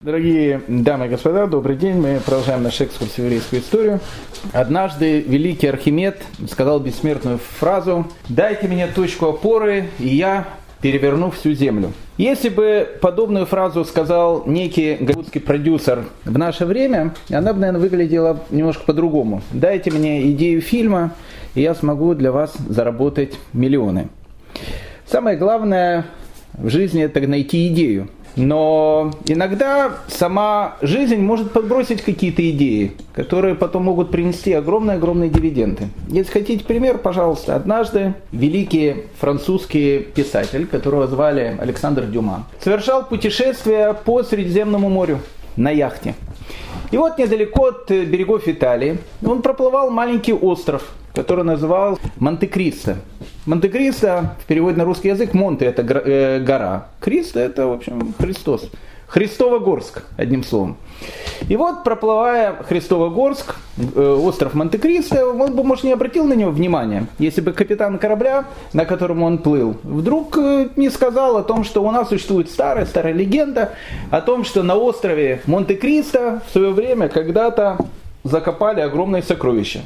Дорогие дамы и господа, добрый день. Мы продолжаем наш экскурс в еврейскую историю. Однажды великий Архимед сказал бессмертную фразу: «Дайте мне точку опоры, и я переверну всю землю». Если бы подобную фразу сказал некий голливудский продюсер в наше время, она бы, наверное, выглядела немножко по-другому. «Дайте мне идею фильма, и я смогу для вас заработать миллионы». Самое главное в жизни – это найти идею. Но иногда сама жизнь может подбросить какие-то идеи, которые потом могут принести огромные дивиденды. Если хотите пример, пожалуйста. Однажды великий французский писатель, которого звали Александр Дюма, совершал путешествие по Средиземному морю на яхте. И вот недалеко от берегов Италии он проплывал маленький остров, который называл Монте-Кристо. Монте-Кристо в переводе на русский язык — Монте — это гора, Кристо — это, в общем, Христос. Христово-Горск, одним словом. И вот, проплывая Христово-Горск, остров Монте-Кристо, он бы, может, не обратил на него внимания, если бы капитан корабля, на котором он плыл, вдруг не сказал о том, что у нас существует старая легенда о том, что на острове Монте-Кристо в свое время когда-то закопали огромные сокровища.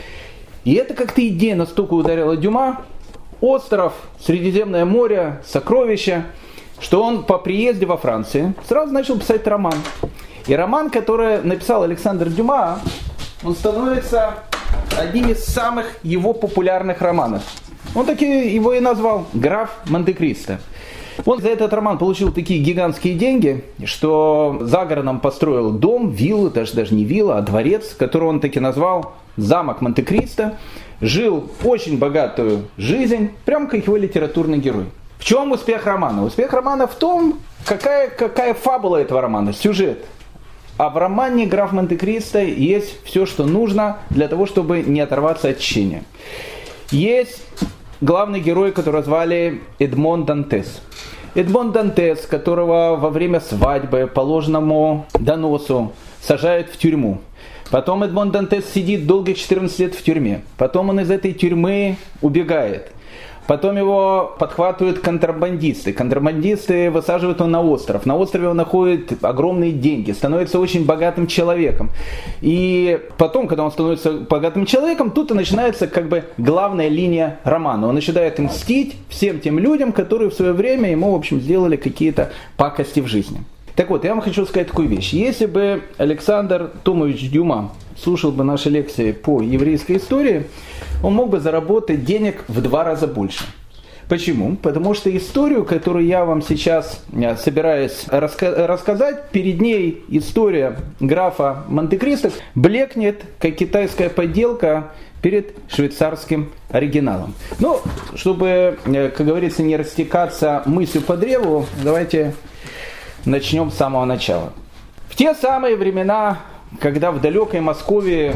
И это как-то идея настолько ударила Дюма: остров, Средиземное море, сокровища, что он по приезде во Францию сразу начал писать роман. И роман, который написал Александр Дюма, он становится одним из самых его популярных романов. Он таки его и назвал «Граф Монте-Кристо». Он за этот роман получил такие гигантские деньги, что за городом построил дом, виллу, даже не вилла, а дворец, который он таки назвал «Замок Монте-Кристо». Жил очень богатую жизнь, прям как его литературный герой. В чем успех романа? Успех романа в том, какая фабула этого романа, сюжет. А в романе «Граф Монте-Кристо» есть все, что нужно для того, чтобы не оторваться от чтения. Есть главный герой, которого звали Эдмон Дантес. Эдмон Дантес, которого во время свадьбы по ложному доносу сажают в тюрьму. Потом Эдмон Дантес сидит долгих 14 лет в тюрьме. Потом он из этой тюрьмы убегает. Потом его подхватывают контрабандисты. Контрабандисты высаживают его на остров. На острове он находит огромные деньги, становится очень богатым человеком. И потом, когда он становится богатым человеком, тут и начинается как бы главная линия романа. Он начинает мстить всем тем людям, которые в свое время ему, в общем, сделали какие-то пакости в жизни. Так вот, я вам хочу сказать такую вещь. Если бы Александр Томович Дюма слушал бы наши лекции по еврейской истории, он мог бы заработать денег в 2 раза больше. Почему? Потому что историю, которую я вам сейчас собираюсь рассказать, перед ней история графа Монте-Кристо блекнет, как китайская подделка перед швейцарским оригиналом. Ну, чтобы, как говорится, не растекаться мыслью по древу, давайте начнем с самого начала. В те самые времена, когда в далекой Москве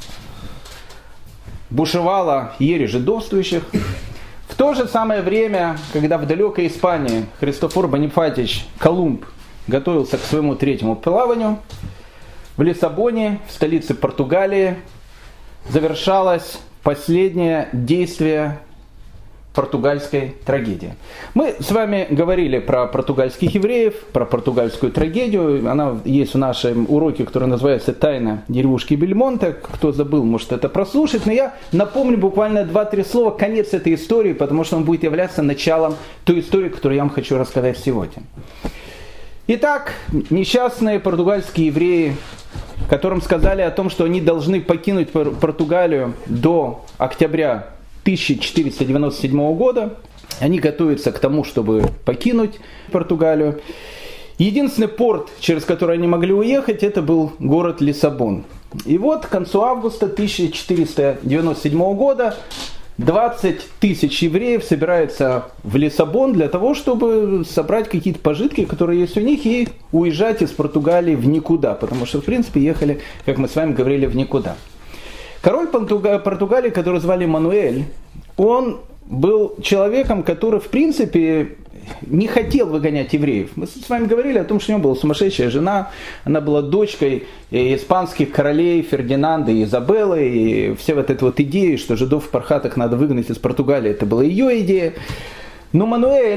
бушевала ересь жидовствующих, в то же самое время, когда в далекой Испании Христофор Бонифатич Колумб готовился к своему 3-му плаванию, в Лиссабоне, в столице Португалии, завершалось последнее действие португальской трагедии. Мы с вами говорили про португальских евреев, про португальскую трагедию. Она есть в нашем уроке, который называется «Тайна деревушки Бельмонте». Кто забыл, может это прослушать. Но я напомню буквально 2-3 слова, конец этой истории, потому что он будет являться началом той истории, которую я вам хочу рассказать сегодня. Итак, несчастные португальские евреи, которым сказали о том, что они должны покинуть Португалию до октября 1497 года. Они готовятся к тому, чтобы покинуть Португалию. Единственный порт, через который они могли уехать, это был город Лиссабон. И вот к концу августа 1497 года 20 тысяч евреев собираются в Лиссабон для того, чтобы собрать какие-то пожитки, которые есть у них, и уезжать из Португалии в никуда. Потому что, в принципе, ехали, как мы с вами говорили, в никуда. Король Португалии, которого звали Мануэль, он был человеком, который, в принципе, не хотел выгонять евреев. Мы с вами говорили о том, что у него была сумасшедшая жена, она была дочкой испанских королей Фердинанда и Изабеллы, и все вот эта вот идея, что жидов в пархатах надо выгнать из Португалии, это была ее идея. Но Мануэль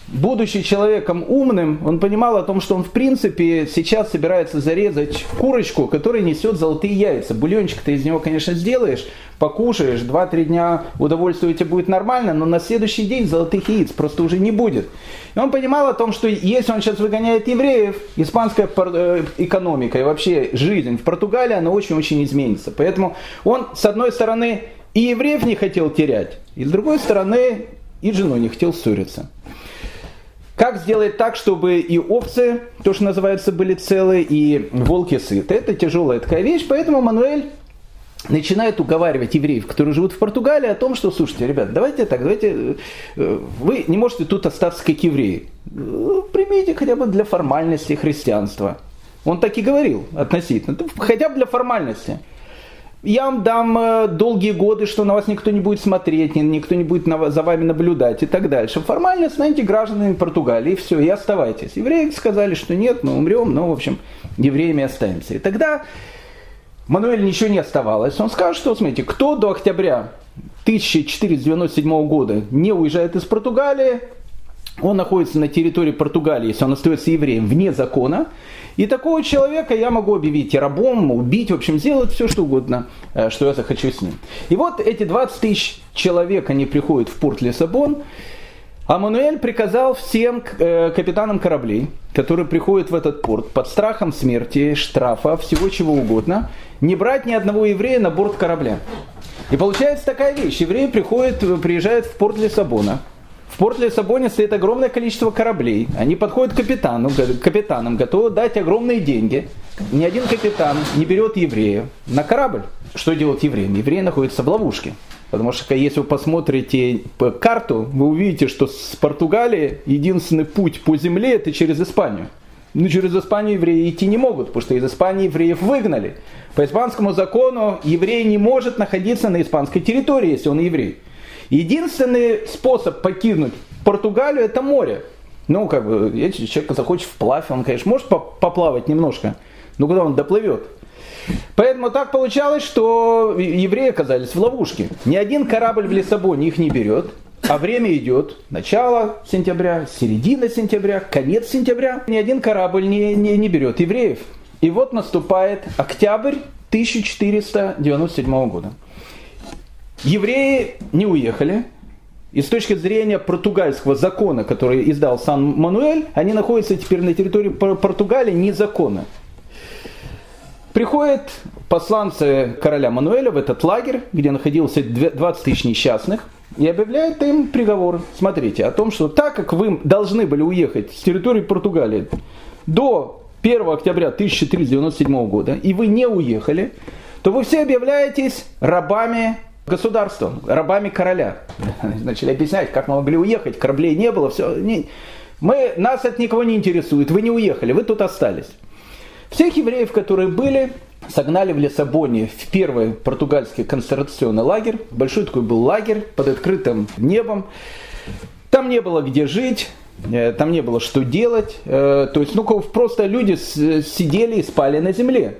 будучи человеком умным, он понимал о том, что он в принципе сейчас собирается зарезать курочку, которая несет золотые яйца. Бульончик ты из него, конечно, сделаешь, покушаешь, 2-3 дня удовольствие тебе будет нормально, но на следующий день золотых яиц просто уже не будет. И он понимал о том, что если он сейчас выгоняет евреев, испанская экономика и вообще жизнь в Португалии, она очень-очень изменится. Поэтому он, с одной стороны, и евреев не хотел терять, и с другой стороны, и жену не хотел ссориться. Как сделать так, чтобы и овцы, то, что называется, были целы, и волки сыты? Это тяжелая такая вещь, поэтому Мануэль начинает уговаривать евреев, которые живут в Португалии, о том, что, слушайте, ребят, давайте так, вы не можете тут остаться как евреи. Примите хотя бы для формальности христианства. Он так и говорил относительно, хотя бы для формальности. Я вам дам долгие годы, что на вас никто не будет смотреть, никто не будет за вами наблюдать и так дальше. Формально станете гражданами Португалии, и все, и оставайтесь. Евреи сказали, что нет, мы умрем, но, в общем, евреями останемся. И тогда Мануэлю ничего не оставалось. Он скажет, что, смотрите, кто до октября 1497 года не уезжает из Португалии, он находится на территории Португалии, если он остается евреем, вне закона. И такого человека я могу объявить и рабом, убить, в общем, сделать все, что угодно, что я захочу с ним. И вот эти 20 тысяч человек, они приходят в порт Лиссабон, а Мануэль приказал всем капитанам кораблей, которые приходят в этот порт под страхом смерти, штрафа, всего чего угодно, не брать ни одного еврея на борт корабля. И получается такая вещь. Евреи приезжают в порт Лиссабона. В порт Лиссабоне стоит огромное количество кораблей. Они подходят к капитанам, готовы дать огромные деньги. Ни один капитан не берет еврея на корабль. Что делать евреям? Евреи находятся в ловушке. Потому что если вы посмотрите карту, вы увидите, что с Португалии единственный путь по земле это через Испанию. Но через Испанию евреи идти не могут, потому что из Испании евреев выгнали. По испанскому закону еврей не может находиться на испанской территории, если он еврей. Единственный способ покинуть Португалию это море. Ну, как бы, если человек захочет вплавь, он, конечно, может поплавать немножко, но куда он доплывет? Поэтому так получалось, что евреи оказались в ловушке. Ни один корабль в Лиссабоне их не берет, а время идет. Начало сентября, середина сентября, конец сентября. Ни один корабль не берет евреев. И вот наступает октябрь 1497 года. Евреи не уехали. И с точки зрения португальского закона, который издал Сан-Мануэль, они находятся теперь на территории Португалии незаконно. Приходят посланцы короля Мануэля в этот лагерь, где находилось 20 тысяч несчастных, и объявляют им приговор. Смотрите, о том, что так как вы должны были уехать с территории Португалии до 1 октября 1497 года, и вы не уехали, то вы все объявляетесь рабами государства, рабами короля. Начали объяснять, как мы могли уехать, кораблей не было, все. Нас это никого не интересует, вы не уехали, вы тут остались. Всех евреев, которые были, согнали в Лиссабоне в первый португальский концентрационный лагерь. Большой такой был лагерь под открытым небом. Там не было где жить, там не было что делать. То есть, просто люди сидели и спали на земле.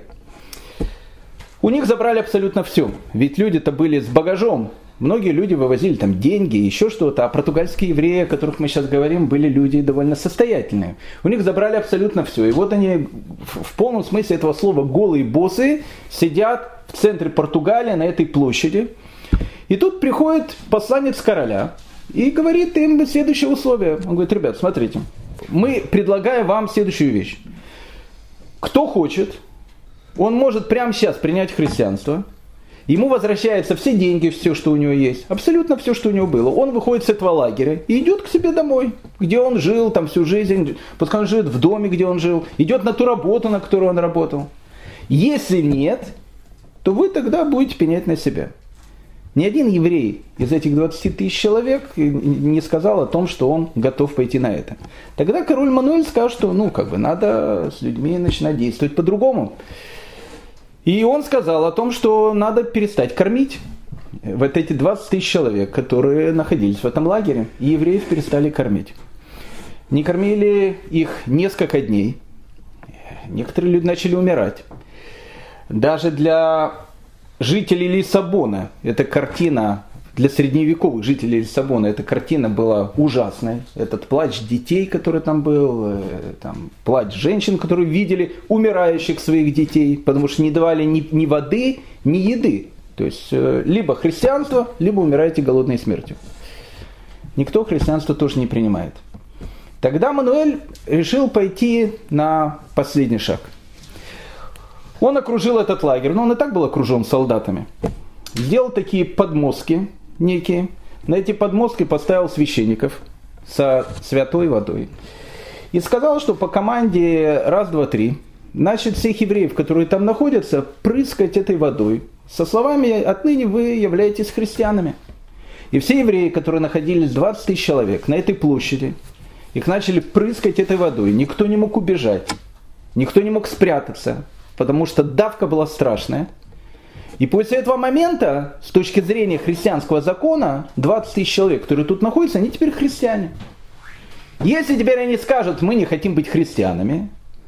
У них забрали абсолютно все. Ведь люди-то были с багажом. Многие люди вывозили там деньги, еще что-то. А португальские евреи, о которых мы сейчас говорим, были люди довольно состоятельные. У них забрали абсолютно все. И вот они в полном смысле этого слова голые боссы сидят в центре Португалии на этой площади. И тут приходит посланец короля и говорит им следующее условие. Он говорит: ребят, смотрите, мы предлагаем вам следующую вещь. Кто хочет, он может прямо сейчас принять христианство. Ему возвращаются все деньги, все, что у него есть. Абсолютно все, что у него было. Он выходит с этого лагеря и идет к себе домой, где он жил там всю жизнь. Пускай он живет в доме, где он жил. Идет на ту работу, на которую он работал. Если нет, то вы тогда будете пенять на себя. Ни один еврей из этих 20 тысяч человек не сказал о том, что он готов пойти на это. Тогда король Мануэль сказал, что надо с людьми начинать действовать по-другому. И он сказал о том, что надо перестать кормить вот эти 20 тысяч человек, которые находились в этом лагере. И евреев перестали кормить. Не кормили их несколько дней. Некоторые люди начали умирать. Даже для жителей Лиссабона эта картина для средневековых жителей Лиссабона эта картина была ужасной. Этот плач детей, который там был, там, плач женщин, которые видели умирающих своих детей, потому что не давали ни воды, ни еды. То есть либо христианство, либо умираете голодной смертью. Никто христианство тоже не принимает. Тогда Мануэль решил пойти на последний шаг. Он окружил этот лагерь, но он и так был окружен солдатами. Сделал такие подмостки некие. На эти подмостки поставил священников со святой водой. И сказал, что по команде раз, два, три, начали всех евреев, которые там находятся, прыскать этой водой. Со словами «отныне вы являетесь христианами». И все евреи, которые находились, 20 тысяч человек, на этой площади, их начали прыскать этой водой. Никто не мог убежать, никто не мог спрятаться, потому что давка была страшная. И после этого момента, с точки зрения христианского закона, 20 тысяч человек, которые тут находятся, они теперь христиане. Если теперь они скажут, мы не хотим быть христианами,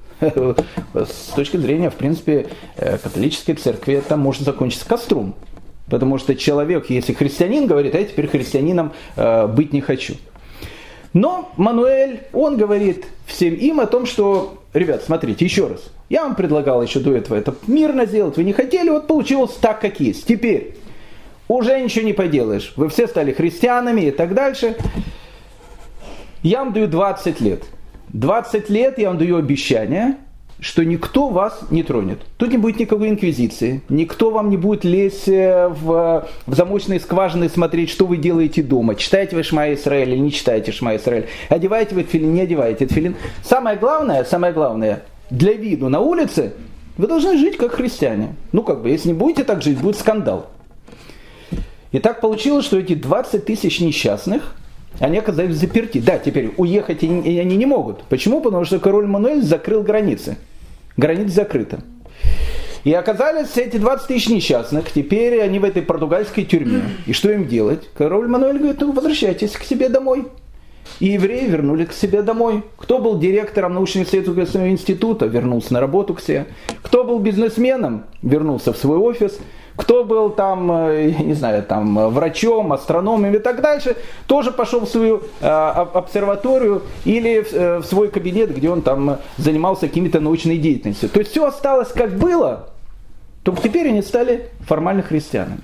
с точки зрения, в принципе, католической церкви, это может закончиться костром. Потому что человек, если христианин, говорит, а я теперь христианином быть не хочу. Но Мануэль, он говорит всем им о том, что, ребят, смотрите, еще раз, я вам предлагал еще до этого это мирно сделать, вы не хотели, вот получилось так, как есть. Теперь уже ничего не поделаешь, вы все стали христианами и так дальше. Я вам даю 20 лет. 20 лет я вам даю обещание, что никто вас не тронет. Тут не будет никакой инквизиции, никто вам не будет лезть в замочные скважины, смотреть, что вы делаете дома. Читаете вы Шма Исраэль или не читаете Шма Исраэль. Одеваете вы тфилин, не одеваете тфилин. Самое главное, для виду на улице вы должны жить как христиане. Если не будете так жить, будет скандал. И так получилось, что эти 20 тысяч несчастных, они оказались заперти. Да, теперь уехать они не могут. Почему? Потому что король Мануэль закрыл границы. Граница закрыта. И оказались эти 20 тысяч несчастных, теперь они в этой португальской тюрьме. И что им делать? Король Мануэль говорит, возвращайтесь к себе домой. И евреи вернулись к себе домой. Кто был директором научно-исследовательского института, вернулся на работу к себе. Кто был бизнесменом, вернулся в свой офис. Кто был там, врачом, астрономом и так дальше, тоже пошел в свою обсерваторию или в свой кабинет, где он там занимался какими-то научной деятельностью. То есть все осталось как было, только теперь они стали формально христианами.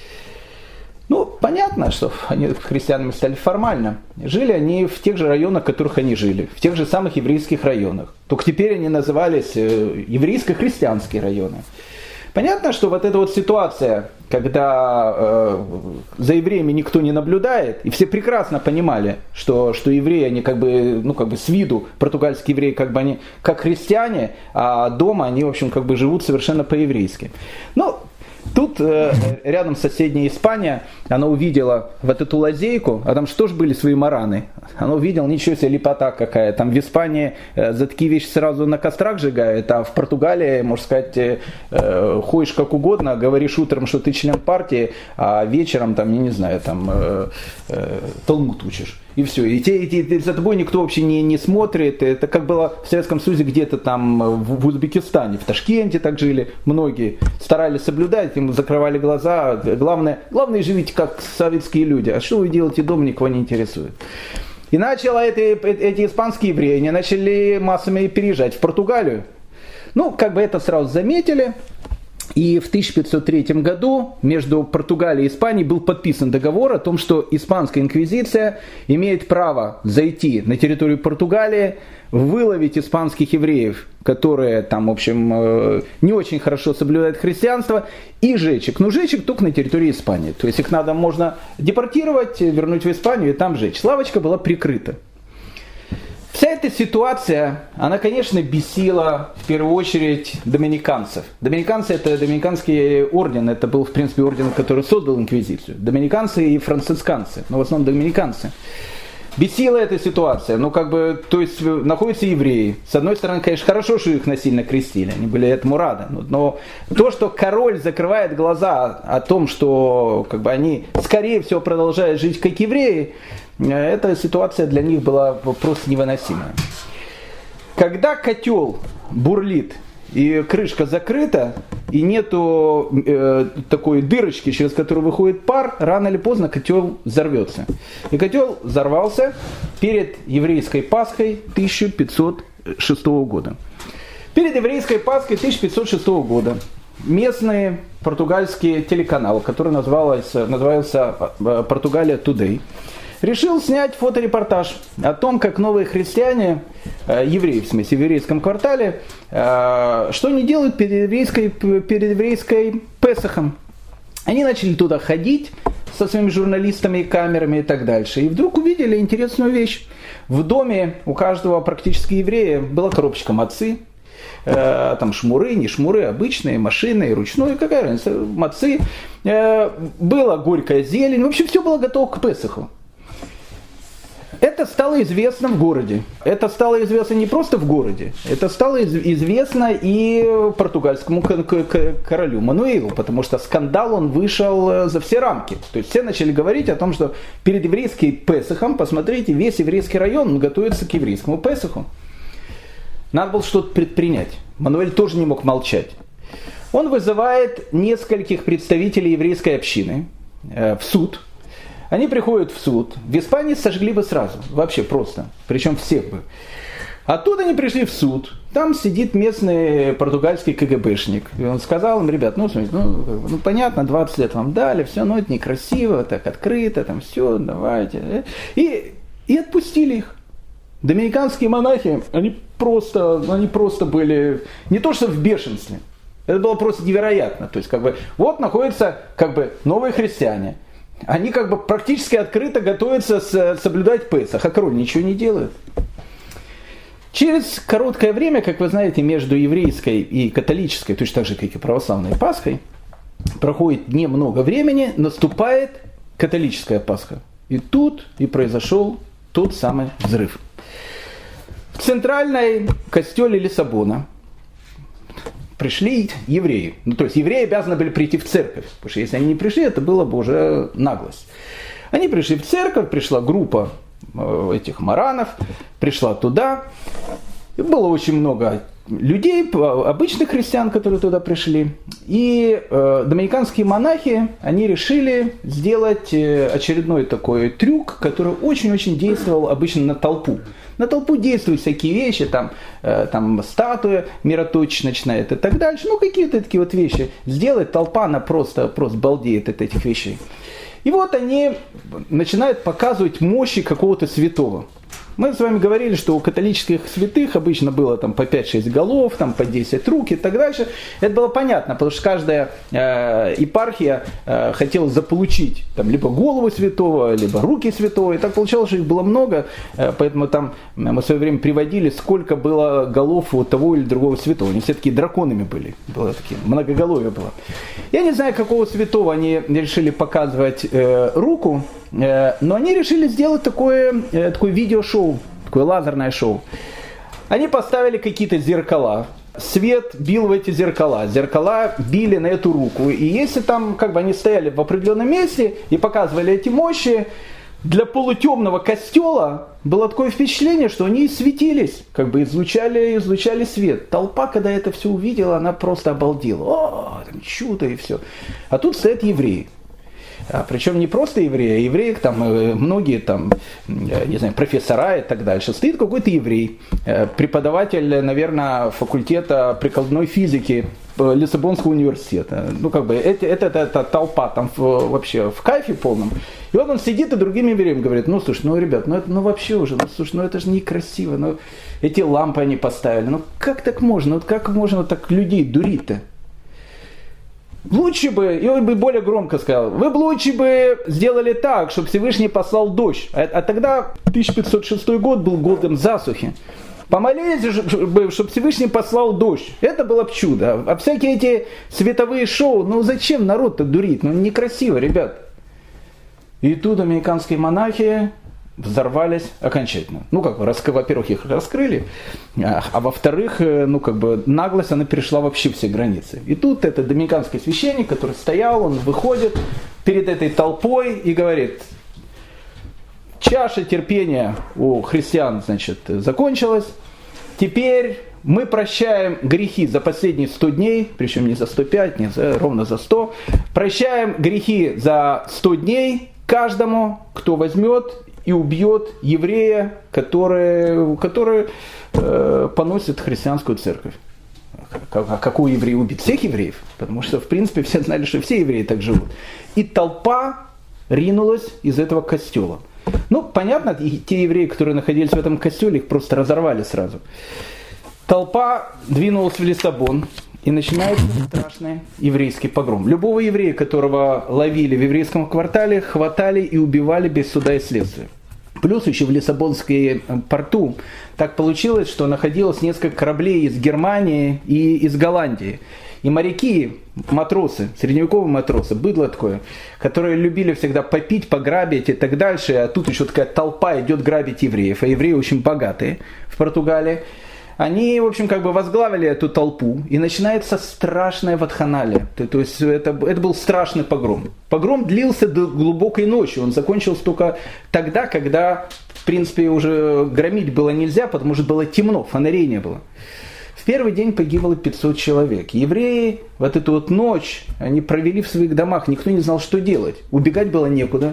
Понятно, что они христианами стали формально. Жили они в тех же районах, в которых они жили, в тех же самых еврейских районах. Только теперь они назывались еврейско-христианские районы. Понятно, что вот эта вот ситуация, когда за евреями никто не наблюдает, и все прекрасно понимали, что евреи, они с виду, португальские евреи, они как христиане, а дома они, в общем, живут совершенно по-еврейски. Тут рядом соседняя Испания, она увидела вот эту лазейку, а там что ж были свои мараны. Она увидела, ничего себе, лепота какая. Там в Испании за такие вещи сразу на кострах сжигают, а в Португалии, можно сказать, ходишь как угодно, говоришь утром, что ты член партии, а вечером, талмуд учишь. И все. И за тобой никто вообще не смотрит. Это как было в Советском Союзе где-то там в Узбекистане, в Ташкенте так жили многие. Старались соблюдать, им закрывали глаза. Главное, живите как советские люди. А что вы делаете дома, никого не интересует. И эти испанские евреи, они начали массами переезжать в Португалию. Это сразу заметили. И в 1503 году между Португалией и Испанией был подписан договор о том, что испанская инквизиция имеет право зайти на территорию Португалии, выловить испанских евреев, которые не очень хорошо соблюдают христианство, и жечь их. Жечь их только на территории Испании. То есть их можно депортировать, вернуть в Испанию и там жечь. Лавочка была прикрыта. Вся эта ситуация, она, конечно, бесила в первую очередь доминиканцев. Доминиканцы – это доминиканский орден, это был, в принципе, орден, который создал инквизицию. Доминиканцы и францисканцы, но в основном доминиканцы. Бесила эта ситуация, то есть находятся евреи. С одной стороны, конечно, хорошо, что их насильно крестили, они были этому рады. Но то, что король закрывает глаза о том, что они, скорее всего, продолжают жить как евреи, эта ситуация для них была просто невыносимая. Когда котел бурлит и крышка закрыта, и нету такой дырочки, через которую выходит пар, рано или поздно котел взорвется. И котел взорвался перед еврейской Пасхой 1506 года. Перед еврейской Пасхой 1506 года местный португальский телеканал, который назывался «Португалия Today», решил снять фоторепортаж о том, как новые христиане, евреи, в смысле, в еврейском квартале, что они делают перед еврейской Песахом. Они начали туда ходить со своими журналистами и камерами и так дальше. И вдруг увидели интересную вещь. В доме у каждого практически еврея была коробочка мацы. Там шмуры, не шмуры, обычные, машины, ручной, какая разница, мацы. Была горькая зелень. В общем, все было готово к Песаху. Это стало известно в городе. Это стало известно не просто в городе. Это стало известно и португальскому королю Мануилу, потому что скандал он вышел за все рамки. То есть все начали говорить о том, что перед еврейским Песахом, посмотрите, весь еврейский район он готовится к еврейскому Песаху. Надо было что-то предпринять. Мануэль тоже не мог молчать. Он вызывает нескольких представителей еврейской общины в суд. Они приходят в суд. В Испании сожгли бы сразу. Вообще просто. Причем всех бы. Оттуда они пришли в суд. Там сидит местный португальский КГБшник. И он сказал им: ребят, смотрите, понятно, 20 лет вам дали, все, но это некрасиво, так открыто, там все, давайте. И отпустили их. Доминиканские монахи, они просто были не то что в бешенстве. Это было просто невероятно. То есть, вот находятся новые христиане. Они практически открыто готовятся соблюдать Песах, а король ничего не делает. Через короткое время, как вы знаете, между еврейской и католической, точно так же, как и православной Пасхой, проходит немного времени, наступает католическая Пасха. И тут и произошел тот самый взрыв. В центральной костеле Лиссабона пришли евреи. То есть евреи обязаны были прийти в церковь. Потому что если они не пришли, это было бы уже наглость. Они пришли в церковь, пришла группа этих маранов, пришла туда. И было очень много людей, обычных христиан, которые туда пришли. И доминиканские монахи, они решили сделать очередной такой трюк, который очень-очень действовал обычно на толпу. На толпу действуют всякие вещи, там статуя мироточечная и так дальше. Какие-то такие вот вещи. Сделать толпа, она просто балдеет от этих вещей. И вот они начинают показывать мощи какого-то святого. Мы с вами говорили, что у католических святых обычно было по 5-6 голов, по 10 рук и так дальше. Это было понятно, потому что каждая епархия хотела заполучить либо голову святого, либо руки святого. И так получалось, что их было много, поэтому мы в свое время приводили, сколько было голов у того или другого святого. Они все такие драконами были, было такие, многоголовие было. Я не знаю, какого святого они решили показывать руку, но они решили сделать такое видеошоу, такое лазерное шоу. Они поставили какие-то зеркала. Свет бил в эти зеркала. Зеркала били на эту руку. И если они стояли в определенном месте и показывали эти мощи, для полутемного костела было такое впечатление, что они светились, излучали свет. Толпа, когда это все увидела, она просто обалдела. О, чудо и все. А тут стоят евреи. Причем не просто евреи, а евреи, многие не знаю, профессора и так дальше. Стоит какой-то еврей, преподаватель, наверное, факультета прикладной физики Лиссабонского университета. Это толпа вообще в кайфе полном. И вот он сидит и другим евреям говорит: слушай, ребят, это вообще уже, слушай, это же некрасиво, эти лампы они поставили, как так можно, как можно так людей дурить-то? Лучше бы, и он бы более громко сказал, вы бы лучше бы сделали так, чтобы Всевышний послал дождь. А тогда 1506 год был годом засухи. Помолились бы, чтобы Всевышний послал дождь. Это было бы чудо. А всякие эти световые шоу, зачем народ-то дурить? Некрасиво, ребят. И тут доминиканские монахи взорвались окончательно. Во-первых, их раскрыли, а во-вторых, наглость, она перешла вообще все границы. И тут этот доминиканский священник, который стоял, он выходит перед этой толпой и говорит: чаша терпения у христиан, закончилась. Теперь мы прощаем грехи за последние 100 дней, причем не за 105, не за, ровно за 100. Прощаем грехи за 100 дней каждому, кто возьмет и убьет еврея, который поносит христианскую церковь. А какой еврей убит? Всех евреев. Потому что, в принципе, все знали, что все евреи так живут. И толпа ринулась из этого костела. Ну, понятно, те евреи, которые находились в этом костеле, их просто разорвали сразу. Толпа двинулась в Лиссабон, и начинается страшный еврейский погром. Любого еврея, которого ловили в еврейском квартале, хватали и убивали без суда и следствия. Плюс еще в Лиссабонском порту так получилось, что находилось несколько кораблей из Германии и из Голландии. И моряки, матросы, средневековые матросы, быдло такое, которые любили всегда попить, пограбить и так дальше. А тут еще такая толпа идет грабить евреев. А евреи очень богатые в Португалии. Они, в общем, как бы возглавили эту толпу, и начинается страшная вакханалия. То есть это был страшный погром. Погром длился до глубокой ночи. Он закончился только тогда, когда, в принципе, уже громить было нельзя, потому что было темно, фонарей не было. В первый день погибло 500 человек. Евреи вот эту вот ночь они провели в своих домах. Никто не знал, что делать. Убегать было некуда.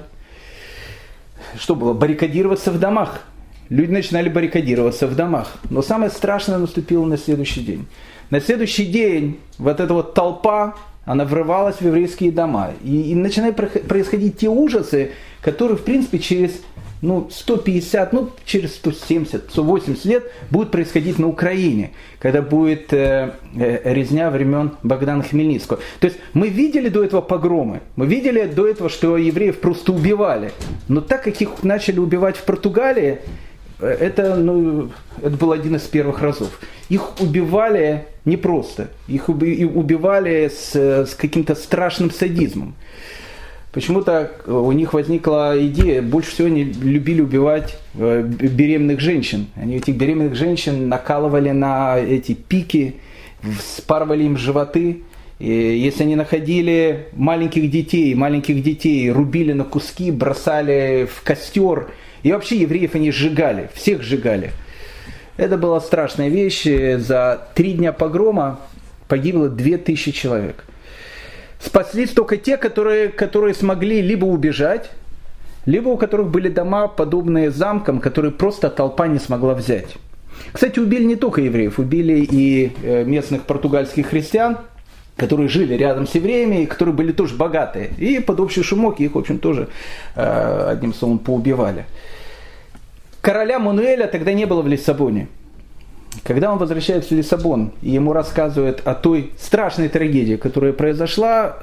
Что было? Баррикадироваться в домах. Люди начинали баррикадироваться в домах. Но самое страшное наступило на следующий день. На следующий день вот эта вот толпа, она врывалась в еврейские дома. И начинают происходить те ужасы, которые, в принципе, через 150, через 170, 180 лет будут происходить на Украине, когда будет резня времен Богдана Хмельницкого. То есть мы видели до этого погромы, мы видели до этого, что евреев просто убивали. Но так как их начали убивать в Португалии, это был один из первых разов. Их убивали не просто, их убивали с каким-то страшным садизмом. Почему-то у них возникла идея, больше всего они любили убивать беременных женщин. Они этих беременных женщин накалывали на эти пики, спарывали им животы. И если они находили маленьких детей рубили на куски, бросали в костер. И вообще евреев они сжигали, всех сжигали. Это была страшная вещь. За 3 дня погрома погибло 2000 человек. Спаслись только те, которые смогли либо убежать, либо у которых были дома, подобные замкам, которые просто толпа не смогла взять. Кстати, убили не только евреев, убили и местных португальских христиан, которые жили рядом с евреями, и которые были тоже богатые. И под общий шумок их, в общем, тоже, одним словом, поубивали. Короля Мануэля тогда не было в Лиссабоне. Когда он возвращается в Лиссабон, и ему рассказывают о той страшной трагедии, которая произошла,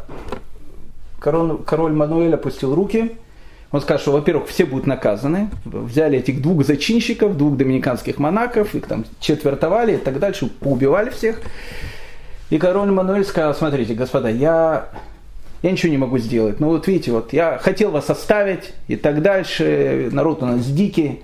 король Мануэль опустил руки. Он сказал, что, во-первых, все будут наказаны. Взяли этих 2 зачинщиков, 2 доминиканских монахов, их там четвертовали и так дальше, поубивали всех. И король Мануэль сказал: смотрите, господа, я ничего не могу сделать. Ну вот видите, вот я хотел вас оставить и так дальше. Народ у нас дикий.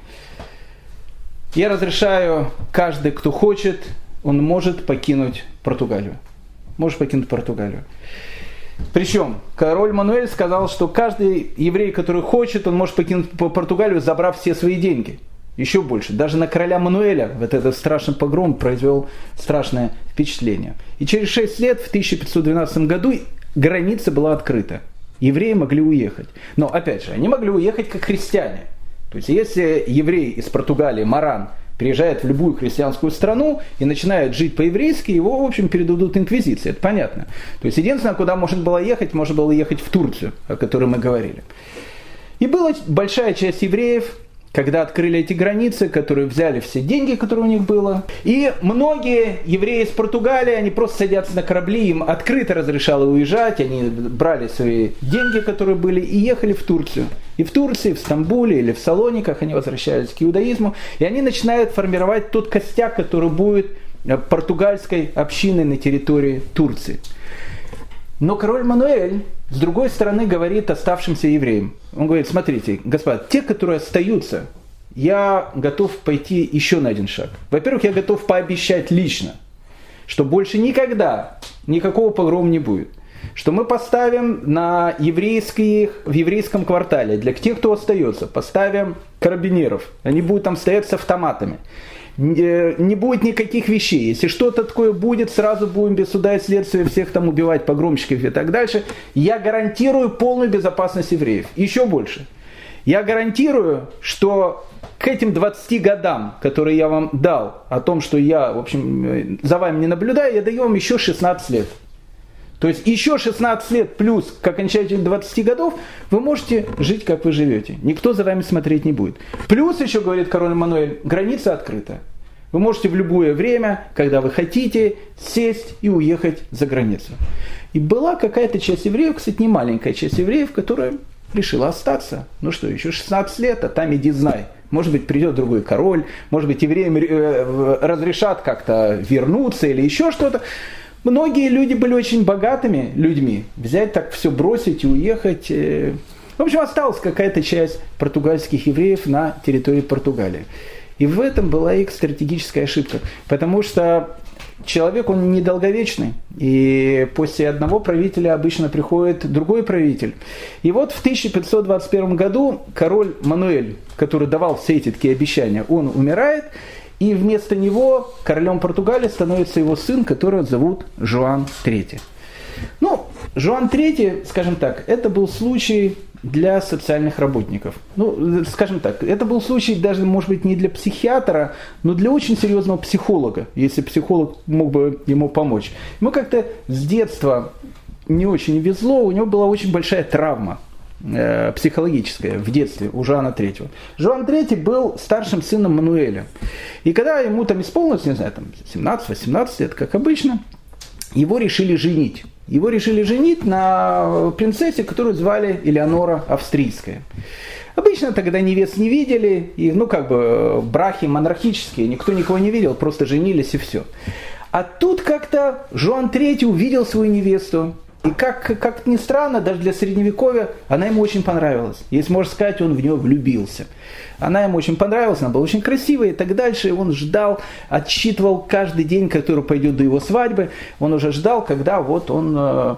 Я разрешаю, каждый, кто хочет, он может покинуть Португалию. Может покинуть Португалию. Причем король Мануэль сказал, что каждый еврей, который хочет, он может покинуть Португалию, забрав все свои деньги. Еще больше. Даже на короля Мануэля вот этот страшный погром произвел страшное впечатление. И через 6 лет, в 1512 году, граница была открыта. Евреи могли уехать. Но, опять же, они могли уехать как христиане. То есть, если еврей из Португалии, Маран, приезжает в любую христианскую страну и начинает жить по-еврейски, его, в общем, передадут инквизиции, это понятно. То есть, единственное, куда можно было ехать в Турцию, о которой мы говорили. И была большая часть евреев, когда открыли эти границы, которые взяли все деньги, которые у них было. И многие евреи из Португалии, они просто садятся на корабли, им открыто разрешало уезжать, они брали свои деньги, которые были, и ехали в Турцию. И в Турции, в Стамбуле или в Салониках они возвращались к иудаизму, и они начинают формировать тот костяк, который будет португальской общиной на территории Турции. Но король Мануэль, с другой стороны, говорит оставшимся евреям. Он говорит: смотрите, господа, те, которые остаются, я готов пойти еще на один шаг. Во-первых, я готов пообещать лично, что больше никогда никакого погрома не будет. Что мы поставим в еврейском квартале, для тех, кто остается, поставим карабинеров. Они будут там стоять с автоматами. не будет никаких вещей. Если что-то такое будет, сразу будем без суда и следствия всех там убивать, погромщиков и так дальше. Я гарантирую полную безопасность евреев. Еще больше. Я гарантирую, что к этим 20 годам, которые я вам дал, о том, что я, в общем, за вами не наблюдаю, я даю вам еще 16 лет. То есть еще 16 лет плюс к окончанию 20 годов вы можете жить, как вы живете. Никто за вами смотреть не будет. Плюс еще, говорит король Эммануэль, граница открыта. Вы можете в любое время, когда вы хотите, сесть и уехать за границу. И была какая-то часть евреев, кстати, не маленькая часть евреев, которая решила остаться. Ну что, еще 16 лет, а там иди знай. Может быть, придет другой король, может быть, евреям разрешат как-то вернуться или еще что-то. Многие люди были очень богатыми людьми. Взять так все бросить и уехать. В общем, осталась какая-то часть португальских евреев на территории Португалии. И в этом была их стратегическая ошибка. Потому что человек, он недолговечный. И после одного правителя обычно приходит другой правитель. И вот в 1521 году король Мануэль, который давал все эти такие обещания, он умирает. И вместо него королем Португалии становится его сын, которого зовут Жоан III. Ну, Жоан III, скажем так, это был случай для социальных работников. Ну, скажем так, это был случай даже, может быть, не для психиатра, но для очень серьезного психолога, если психолог мог бы ему помочь. Ему как-то с детства не очень везло, у него была очень большая травма психологическое в детстве у Жоана III. Жоан III был старшим сыном Мануэля. И когда ему там исполнилось, не знаю, там 17-18 лет, как обычно, его решили женить. Его решили женить на принцессе, которую звали Элеонора Австрийская. Обычно тогда невест не видели, и, ну, как бы, браки монархические, никто никого не видел, просто женились и все. А тут как-то Жоан III увидел свою невесту, и как ни странно, даже для средневековья, она ему очень понравилась. Если можно сказать, он в нее влюбился. Она ему очень понравилась, она была очень красивая и так дальше. И он ждал, отсчитывал каждый день, который пойдет до его свадьбы. Он уже ждал, когда вот он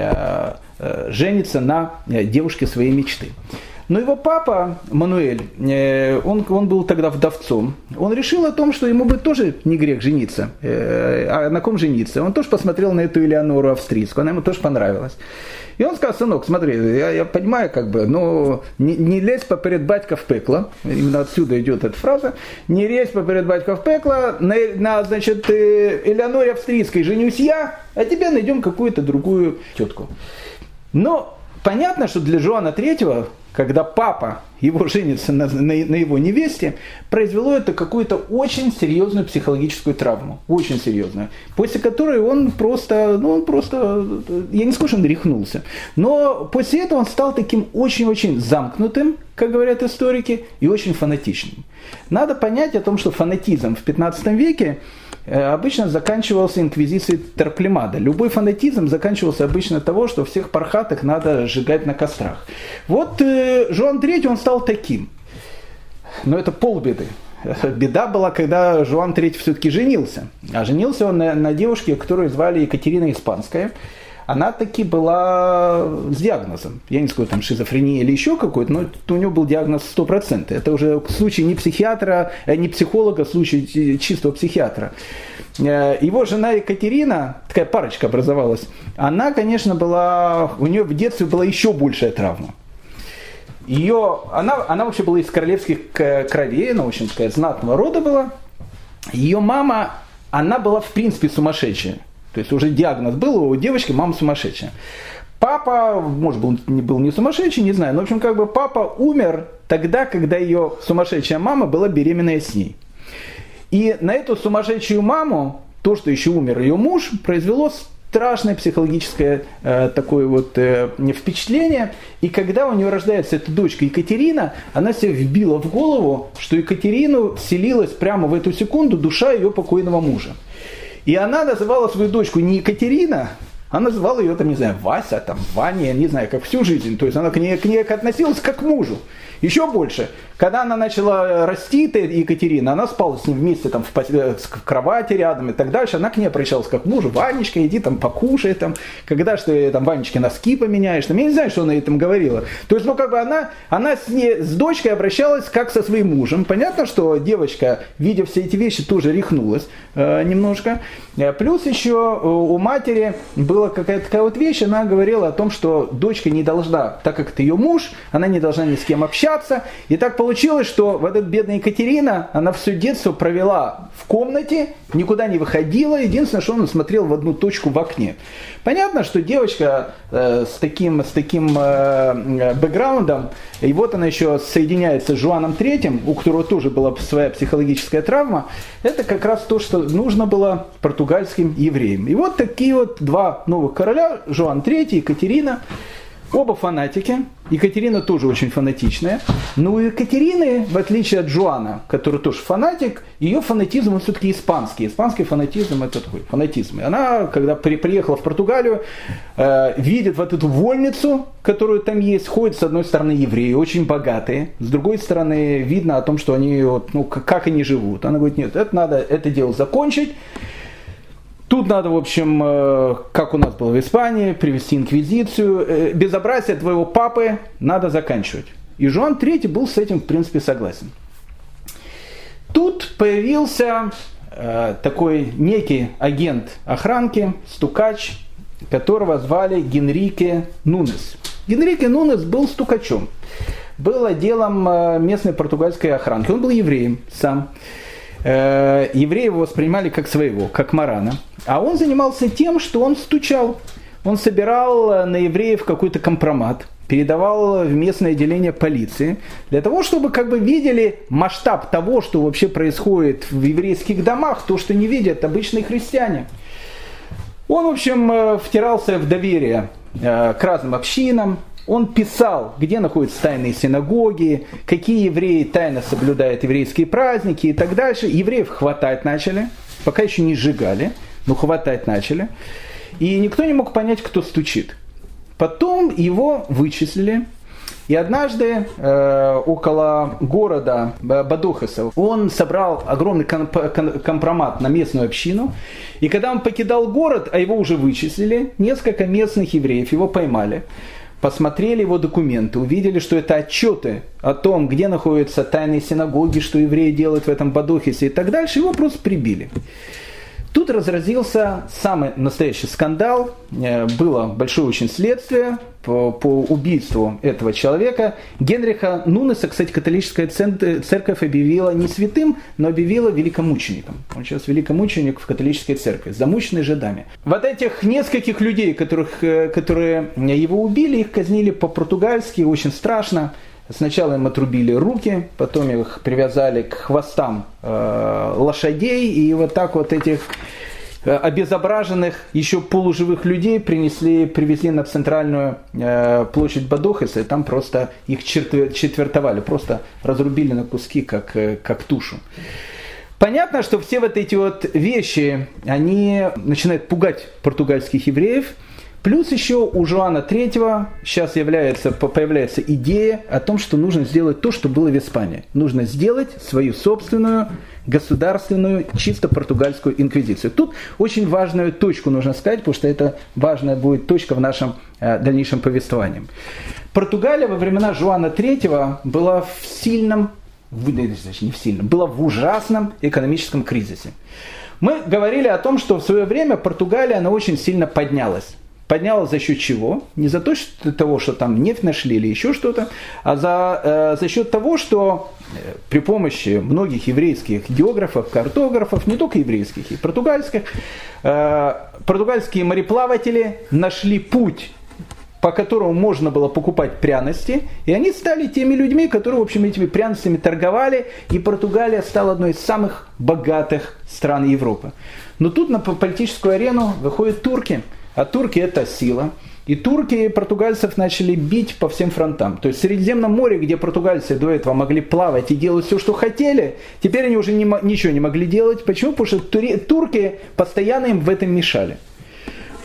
женится на девушке своей мечты. Но его папа, Мануэль, он был тогда вдовцом. Он решил о том, что ему бы тоже не грех жениться. А на ком жениться? Он тоже посмотрел на эту Элеонору Австрийскую, она ему тоже понравилась. И он сказал: сынок, смотри, я понимаю, как бы, но не лезь поперед батька в пекло. Именно отсюда идет эта фраза. Не лезь поперед батька в пекло. Значит, Элеоноре Австрийской женюсь я, а тебе найдем какую-то другую тетку. Но понятно, что для Жоана III, когда папа его женится на его невесте, произвело это какую-то очень серьезную психологическую травму. Очень серьезную. После которой он просто, я не скажу, что он рехнулся, но после этого он стал таким очень-очень замкнутым, как говорят историки, и очень фанатичным. Надо понять о том, что фанатизм в 15 веке обычно заканчивался инквизицией Торквемада. Любой фанатизм заканчивался обычно того, что всех пархатых надо сжигать на кострах. Вот Жоан III, он стал таким. Но это полбеды. Беда была, когда Жоан III все-таки женился. А женился он на девушке, которую звали Екатерина Испанская. Она таки была с диагнозом. Я не скажу, там шизофрения или еще какой-то, но у него был диагноз 100%. Это уже случай не психиатра, не психолога, случай чистого психиатра. Его жена Екатерина, такая парочка образовалась, она, конечно, у нее в детстве была еще большая травма. Она вообще была из королевских кровей, она очень такая знатного рода была. Ее мама, она была в принципе сумасшедшая. То есть уже диагноз был у девочки, мама сумасшедшая. Папа, может, был не сумасшедший, не знаю, но, в общем, как бы папа умер тогда, когда ее сумасшедшая мама была беременная с ней. И на эту сумасшедшую маму, то, что еще умер ее муж, произвело страшное психологическое такое вот впечатление. И когда у нее рождается эта дочка Екатерина, она себе вбила в голову, что Екатерину вселилась прямо в эту секунду душа ее покойного мужа. И она называла свою дочку не Екатерина, Она называла ее, там, не знаю, Вася, там, Ваня, не знаю, как всю жизнь. То есть она к ней относилась как к мужу. Еще больше. Когда она начала расти, Екатерина, она спала с ним вместе там, в кровати рядом и так дальше. Она к ней обращалась как к мужу. Ванечка, иди там покушай. Там, когда что ты там, Ванечке носки поменяешь. Там, я не знаю, что она ей там говорила. То есть, ну, как бы она с дочкой обращалась как со своим мужем. Понятно, что девочка, видя все эти вещи, тоже рехнулась немножко. Плюс еще у матери была какая-то такая вот вещь. Она говорила о том, что дочка не должна, так как это ее муж, она не должна ни с кем общаться. И так получилось, что вот эта бедная Екатерина, она все детство провела в комнате, никуда не выходила. Единственное, что она смотрела в одну точку в окне. Понятно, что девочка с таким бэкграундом, и вот она еще соединяется с Жуаном III, у которого тоже была своя психологическая травма, это как раз то, что нужно было португальским евреям. И вот такие вот два новых короля, Жуан III и Екатерина, оба фанатики. Екатерина тоже очень фанатичная. Но у Екатерины, в отличие от Жуана, который тоже фанатик, ее фанатизм он все-таки испанский. Испанский фанатизм это такой фанатизм. И она, когда приехала в Португалию, видит вот эту вольницу, которую там есть, ходят с одной стороны евреи, очень богатые, с другой стороны видно о том, что они, ну, как они живут. Она говорит, нет, это надо это дело закончить. Тут надо, в общем, как у нас было в Испании, привести инквизицию. Безобразие твоего папы надо заканчивать. И Жуан III был с этим, в принципе, согласен. Тут появился такой некий агент охранки, стукач, которого звали Генрике Нунес. Генрике Нунес был стукачом. Был отделом местной португальской охранки. Он был евреем сам. Евреи его воспринимали как своего, как марана. А он занимался тем, что он стучал. Он собирал на евреев какой-то компромат, передавал в местное отделение полиции, для того, чтобы как бы видели масштаб того, что вообще происходит в еврейских домах, то, что не видят обычные христиане. Он, в общем, втирался в доверие к разным общинам. Он писал, где находятся тайные синагоги, какие евреи тайно соблюдают еврейские праздники и так дальше. Евреев хватать начали, пока еще не сжигали, но хватать начали. И никто не мог понять, кто стучит. Потом его вычислили. И однажды около города Бадухаса он собрал огромный компромат на местную общину. И когда он покидал город, а его уже вычислили, несколько местных евреев его поймали. Посмотрели его документы, увидели, что это отчеты о том, где находятся тайные синагоги, что евреи делают в этом Бадухисе и так дальше, его просто прибили. Тут разразился самый настоящий скандал, было большое очень следствие по убийству этого человека. Генриха Нунеса, кстати, католическая церковь объявила не святым, но объявила великомучеником. Он сейчас великомученик в католической церкви, замученный жидами. Вот этих нескольких людей, которые его убили, их казнили по-португальски, очень страшно. Сначала им отрубили руки, потом их привязали к хвостам лошадей, и вот так вот этих обезображенных, еще полуживых людей привезли на центральную площадь Бадухиса, и там просто их четвертовали, просто разрубили на куски, как тушу. Понятно, что все вот эти вот вещи, они начинают пугать португальских евреев. Плюс еще у Жуана III сейчас появляется идея о том, что нужно сделать то, что было в Испании. Нужно сделать свою собственную государственную, чисто португальскую инквизицию. Тут очень важную точку нужно сказать, потому что это важная будет точка в нашем дальнейшем повествовании. Португалия во времена Жуана III была была в ужасном экономическом кризисе. Мы говорили о том, что в свое время Португалия, она очень сильно поднялась. Поднялась за счет чего? Не за того, что там нефть нашли или еще что-то, а за счет того, что при помощи многих еврейских географов, картографов, не только еврейских, и португальских, португальские мореплаватели нашли путь, по которому можно было покупать пряности, и они стали теми людьми, которые, в общем, этими пряностями торговали, и Португалия стала одной из самых богатых стран Европы. Но тут на политическую арену выходят турки. А турки это сила. И турки португальцев начали бить по всем фронтам. То есть в Средиземном море, где португальцы до этого могли плавать и делать все, что хотели, теперь они уже ничего не могли делать. Почему? Потому что турки постоянно им в этом мешали.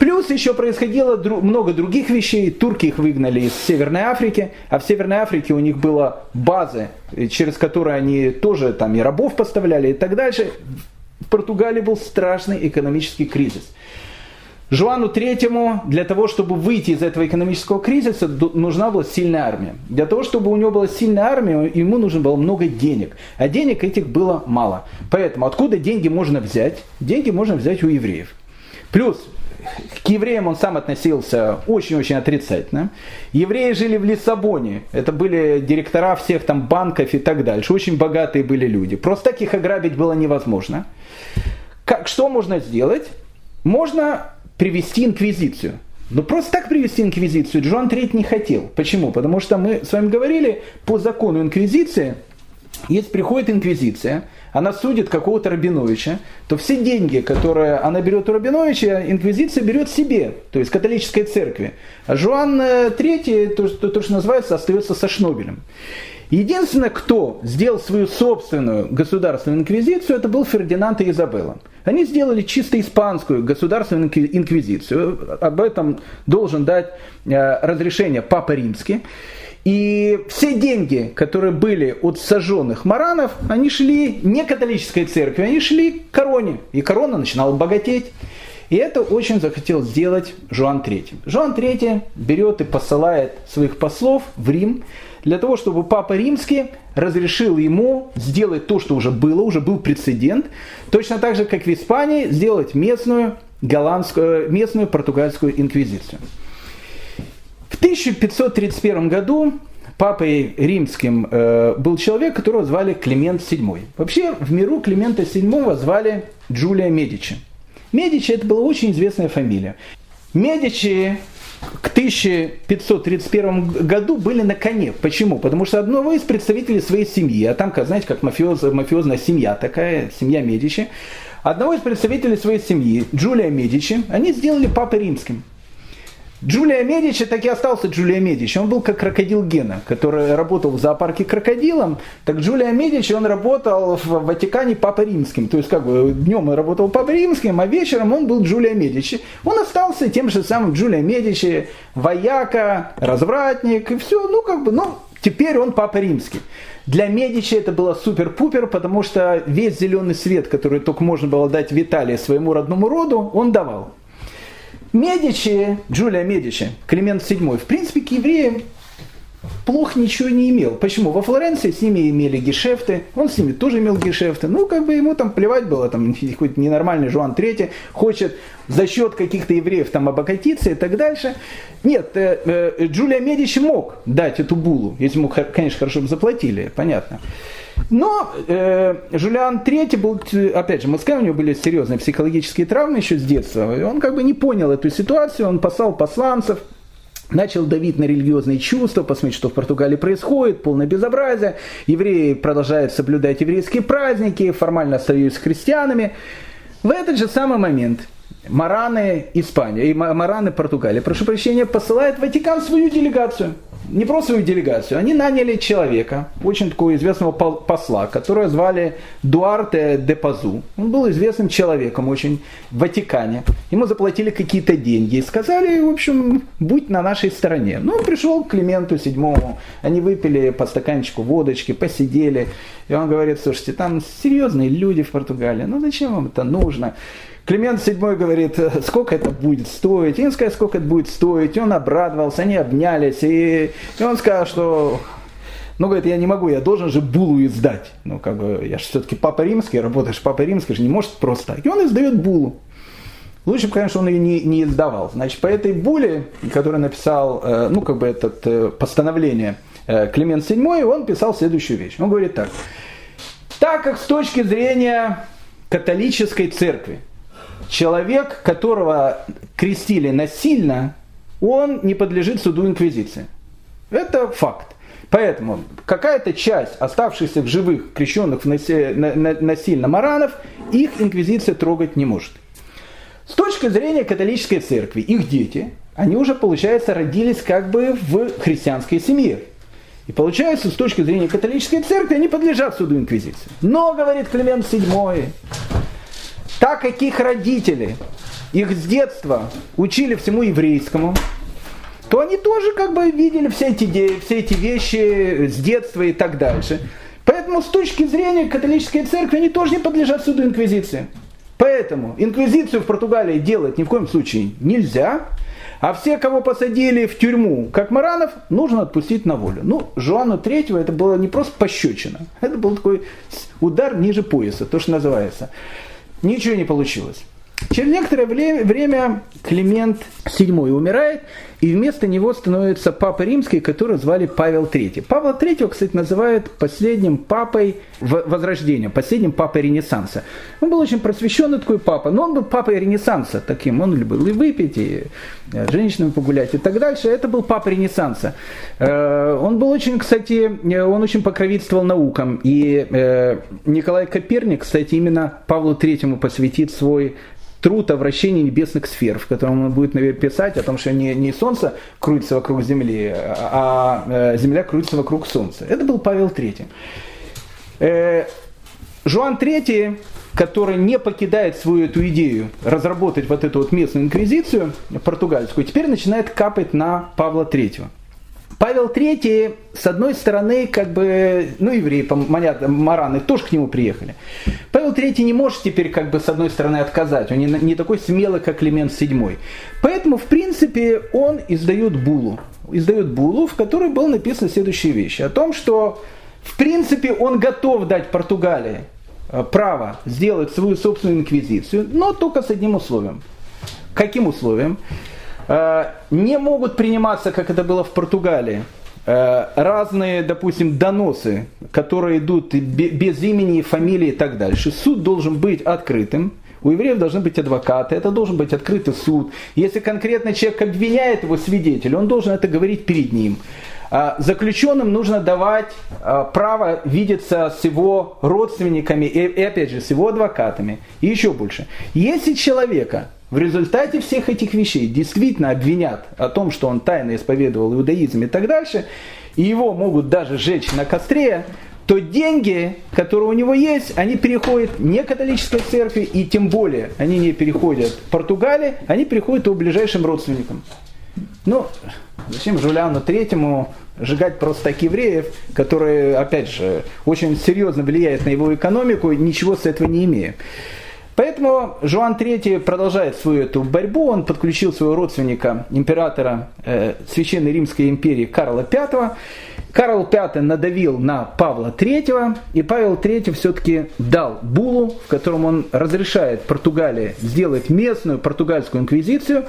Плюс еще происходило много других вещей. Турки их выгнали из Северной Африки, а в Северной Африке у них была база, через которую они тоже там и рабов поставляли и так дальше. В Португалии был страшный экономический кризис. Жоану III для того, чтобы выйти из этого экономического кризиса, нужна была сильная армия. Для того, чтобы у него была сильная армия, ему нужно было много денег. А денег этих было мало. Поэтому откуда деньги можно взять? Деньги можно взять у евреев. Плюс к евреям он сам относился очень-очень отрицательно. Евреи жили в Лиссабоне. Это были директора всех там банков и так дальше. Очень богатые были люди. Просто так их ограбить было невозможно. Что можно сделать? Можно привести инквизицию. Но просто так привести инквизицию Жоан III не хотел. Почему? Потому что мы с вами говорили, по закону инквизиции, если приходит инквизиция, она судит какого-то Рабиновича, то все деньги, которые она берет у Рабиновича, инквизиция берет себе, то есть католической церкви. А Жоан III, то, что называется, остается со Шнобелем. Единственное, кто сделал свою собственную государственную инквизицию, это был Фердинанд и Изабелла. Они сделали чисто испанскую государственную инквизицию. Об этом должен дать разрешение Папа Римский. И все деньги, которые были от сожженных маранов, они шли не католической церкви, они шли к короне. И корона начинала богатеть. И это очень захотел сделать Жоан III. Жоан III берет и посылает своих послов в Рим, для того, чтобы Папа Римский разрешил ему сделать то, что уже был прецедент, точно так же, как в Испании, сделать местную португальскую инквизицию. В 1531 году Папой Римским был человек, которого звали Климент VII. Вообще в миру Климента VII звали Джулия Медичи. Медичи это была очень известная фамилия. Медичи к 1531 году были на коне. Почему? Потому что одного из представителей своей семьи, а там, знаете, как мафиозная семья такая, семья Медичи, одного из представителей своей семьи, Джулия Медичи, они сделали Папой Римским. Джулия Медичи так и остался Джулия Медичи. Он был как крокодил Гена, который работал в зоопарке крокодилом. Так Джулия Медичи, он работал в Ватикане Папой Римским. То есть как бы днем он работал Папой Римским, а вечером он был Джулия Медичи. Он остался тем же самым Джулия Медичи, вояка, развратник и все. Теперь он Папа Римский. Для Медичи это было супер-пупер, потому что весь зеленый свет, который только можно было дать в Италии своему родному роду, он давал. Медичи, Джулия Медичи, Климент VII, в принципе, к евреям плохо ничего не имел. Почему? Во Флоренции с ними имели гешефты, он с ними тоже имел гешефты. Ему там плевать было, хоть ненормальный Жоан III хочет за счет каких-то евреев там обогатиться и так дальше. Нет, Джулия Медичи мог дать эту буллу, если ему, конечно, хорошо бы заплатили, понятно. Но Жоан III был, опять же, мы сказали, у него были серьезные психологические травмы еще с детства. И он не понял эту ситуацию, он послал посланцев, начал давить на религиозные чувства, посмотреть, что в Португалии происходит, полное безобразие. Евреи продолжают соблюдать еврейские праздники, формально остаются христианами. В этот же самый момент мараны Испания и мараны Португалии, прошу прощения, посылают в Ватикан свою делегацию. Не просто свою делегацию, они наняли человека, очень такого известного посла, которого звали Дуарте де Пазу. Он был известным человеком очень в Ватикане. Ему заплатили какие-то деньги и сказали, в общем, будь на нашей стороне. Он пришел к Клименту VII, они выпили по стаканчику водочки, посидели. И он говорит, слушайте, там серьезные люди в Португалии, зачем вам это нужно? Климент VII говорит, сколько это будет стоить. И он сказал, сколько это будет стоить. И он обрадовался, они обнялись. И он сказал, что, говорит, я не могу, я должен же буллу издать. Я же все-таки Папа Римский, работаешь Папа Римский, же не может просто так. И он издает буллу. Лучше бы, конечно, он ее не издавал. Значит, по этой булле, которую написал, постановление Климент VII, он писал следующую вещь. Он говорит так. Так как с точки зрения католической церкви, человек, которого крестили насильно, он не подлежит суду инквизиции. Это факт. Поэтому какая-то часть оставшихся в живых, крещенных насильно маранов, их инквизиция трогать не может. С точки зрения католической церкви, их дети, они уже, получается, родились в христианской семье. И получается, с точки зрения католической церкви, они подлежат суду инквизиции. Но, говорит Климент VII, так как их родители их с детства учили всему еврейскому, то они тоже как бы видели все эти вещи с детства и так дальше. Поэтому с точки зрения католической церкви они тоже не подлежат суду инквизиции. Поэтому инквизицию в Португалии делать ни в коем случае нельзя, а все, кого посадили в тюрьму, как Маранов, нужно отпустить на волю. Ну, Жоану III это было не просто пощечина, это был такой удар ниже пояса, то, что называется. Ничего не получилось. Через некоторое время Климент VII умирает, и вместо него становится Папа Римский, которого звали Павел III. Павла III, кстати, называют последним папой Возрождения, последним папой Ренессанса. Он был очень просвещенный такой папа, но он был папой Ренессанса таким. Он любил и выпить, и с женщинами погулять и так дальше. Это был папа Ренессанса. Он был очень, кстати, он очень покровительствовал наукам. И Николай Коперник, кстати, именно Павлу III посвятит свой труд о вращении небесных сфер, в котором он будет писать о том, что не Солнце крутится вокруг Земли, а Земля крутится вокруг Солнца. Это был Павел III. Жоан III, который не покидает свою эту идею разработать вот эту вот местную инквизицию португальскую, теперь начинает капать на Павла III. Павел III, с одной стороны, как бы, ну, евреи, мараны, тоже к нему приехали. Павел III не может теперь, как бы, с одной стороны, отказать. Он не такой смелый, как Климент VII. Поэтому, в принципе, он издает буллу. В которой было написано следующие вещи. О том, что, в принципе, он готов дать Португалии право сделать свою собственную инквизицию, но только с одним условием. Каким условием? Не могут приниматься, как это было в Португалии, разные, допустим, доносы, которые идут без имени, фамилии и так дальше. Суд должен быть открытым. У евреев должны быть адвокаты, это должен быть открытый суд. Если конкретно человек обвиняет его свидетеля, он должен это говорить перед ним. Заключенным нужно давать право видеться с его родственниками и опять же, с его адвокатами. И еще больше. Если человека в результате всех этих вещей действительно обвинят о том, что он тайно исповедовал иудаизм и так дальше, и его могут даже сжечь на костре, то деньги, которые у него есть, они переходят не к католической церкви, и тем более они не переходят в Португалию, они переходят его ближайшим родственникам. Ну, зачем Жулиану III сжигать просто так евреев, которые, опять же, очень серьезно влияют на его экономику, ничего с этого не имея. Поэтому Жоан III продолжает свою эту борьбу, он подключил своего родственника, императора Священной Римской империи Карла V. Карл V надавил на Павла III, и Павел III все-таки дал буллу, в котором он разрешает Португалии сделать местную португальскую инквизицию,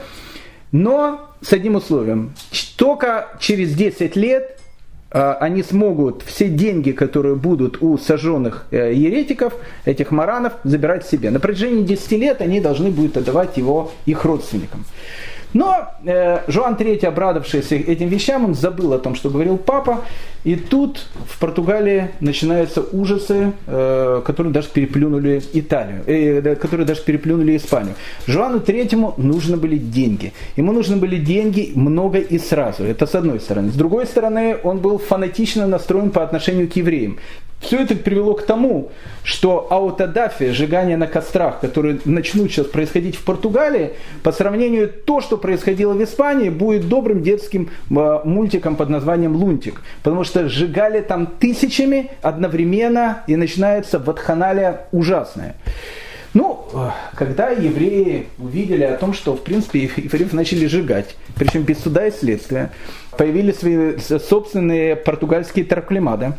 но с одним условием. Только через 10 лет они смогут все деньги, которые будут у сожженных еретиков, этих маранов, забирать себе. На протяжении 10 лет они должны будут отдавать его их родственникам. Но Жоан III, обрадовавшийся этим вещам, он забыл о том, что говорил папа. И тут в Португалии начинаются ужасы, которые даже переплюнули Италию, которые даже переплюнули Испанию. Жоану III нужны были деньги. Ему нужны были деньги много и сразу. Это с одной стороны. С другой стороны, он был фанатично настроен по отношению к евреям. Все это привело к тому, что аутодафия, сжигание на кострах, которые начнут сейчас происходить в Португалии, по сравнению с то, что происходило в Испании, будет добрым детским мультиком под названием «Лунтик». Потому что сжигали там тысячами одновременно, и начинается вакханалия ужасная. Ну, когда евреи увидели о том, что, в принципе, евреев начали сжигать, причем без суда и следствия, появились свои собственные португальские тарквимады,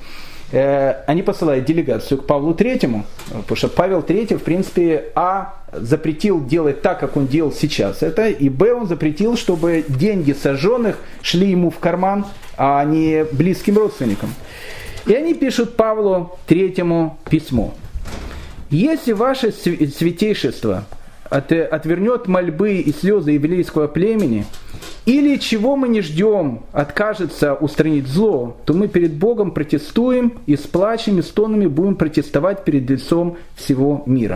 они посылают делегацию к Павлу III, потому что Павел III, в принципе, запретил делать так, как он делал сейчас это, и он запретил, чтобы деньги сожженных шли ему в карман, а не близким родственникам. И они пишут Павлу III письмо. «Если ваше святейшество отвернет мольбы и слезы еврейского племени, или чего мы не ждем, откажется устранить зло, то мы перед Богом протестуем и с плачем и стонами будем протестовать перед лицом всего мира.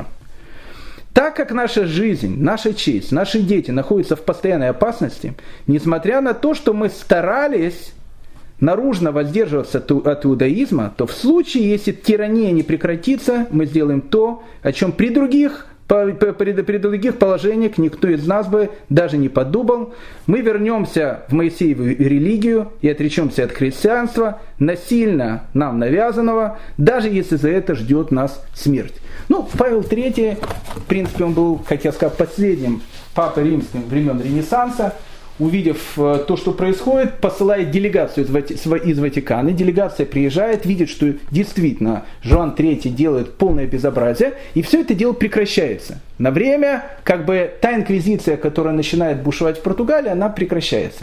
Так как наша жизнь, наша честь, наши дети находятся в постоянной опасности, несмотря на то, что мы старались наружно воздерживаться от иудаизма, то в случае, если тирания не прекратится, мы сделаем то, о чем при других при других положениях никто из нас бы даже не подумал. Мы вернемся в Моисееву религию и отречемся от христианства, насильно нам навязанного, даже если за это ждет нас смерть. Павел III, в принципе, он был, как я сказал, последним папой римским времен Ренессанса. Увидев то, что происходит, посылает делегацию из Ватикана. Делегация приезжает, видит, что действительно Жоан III делает полное безобразие, и все это дело прекращается. На время, та инквизиция, которая начинает бушевать в Португалии, она прекращается.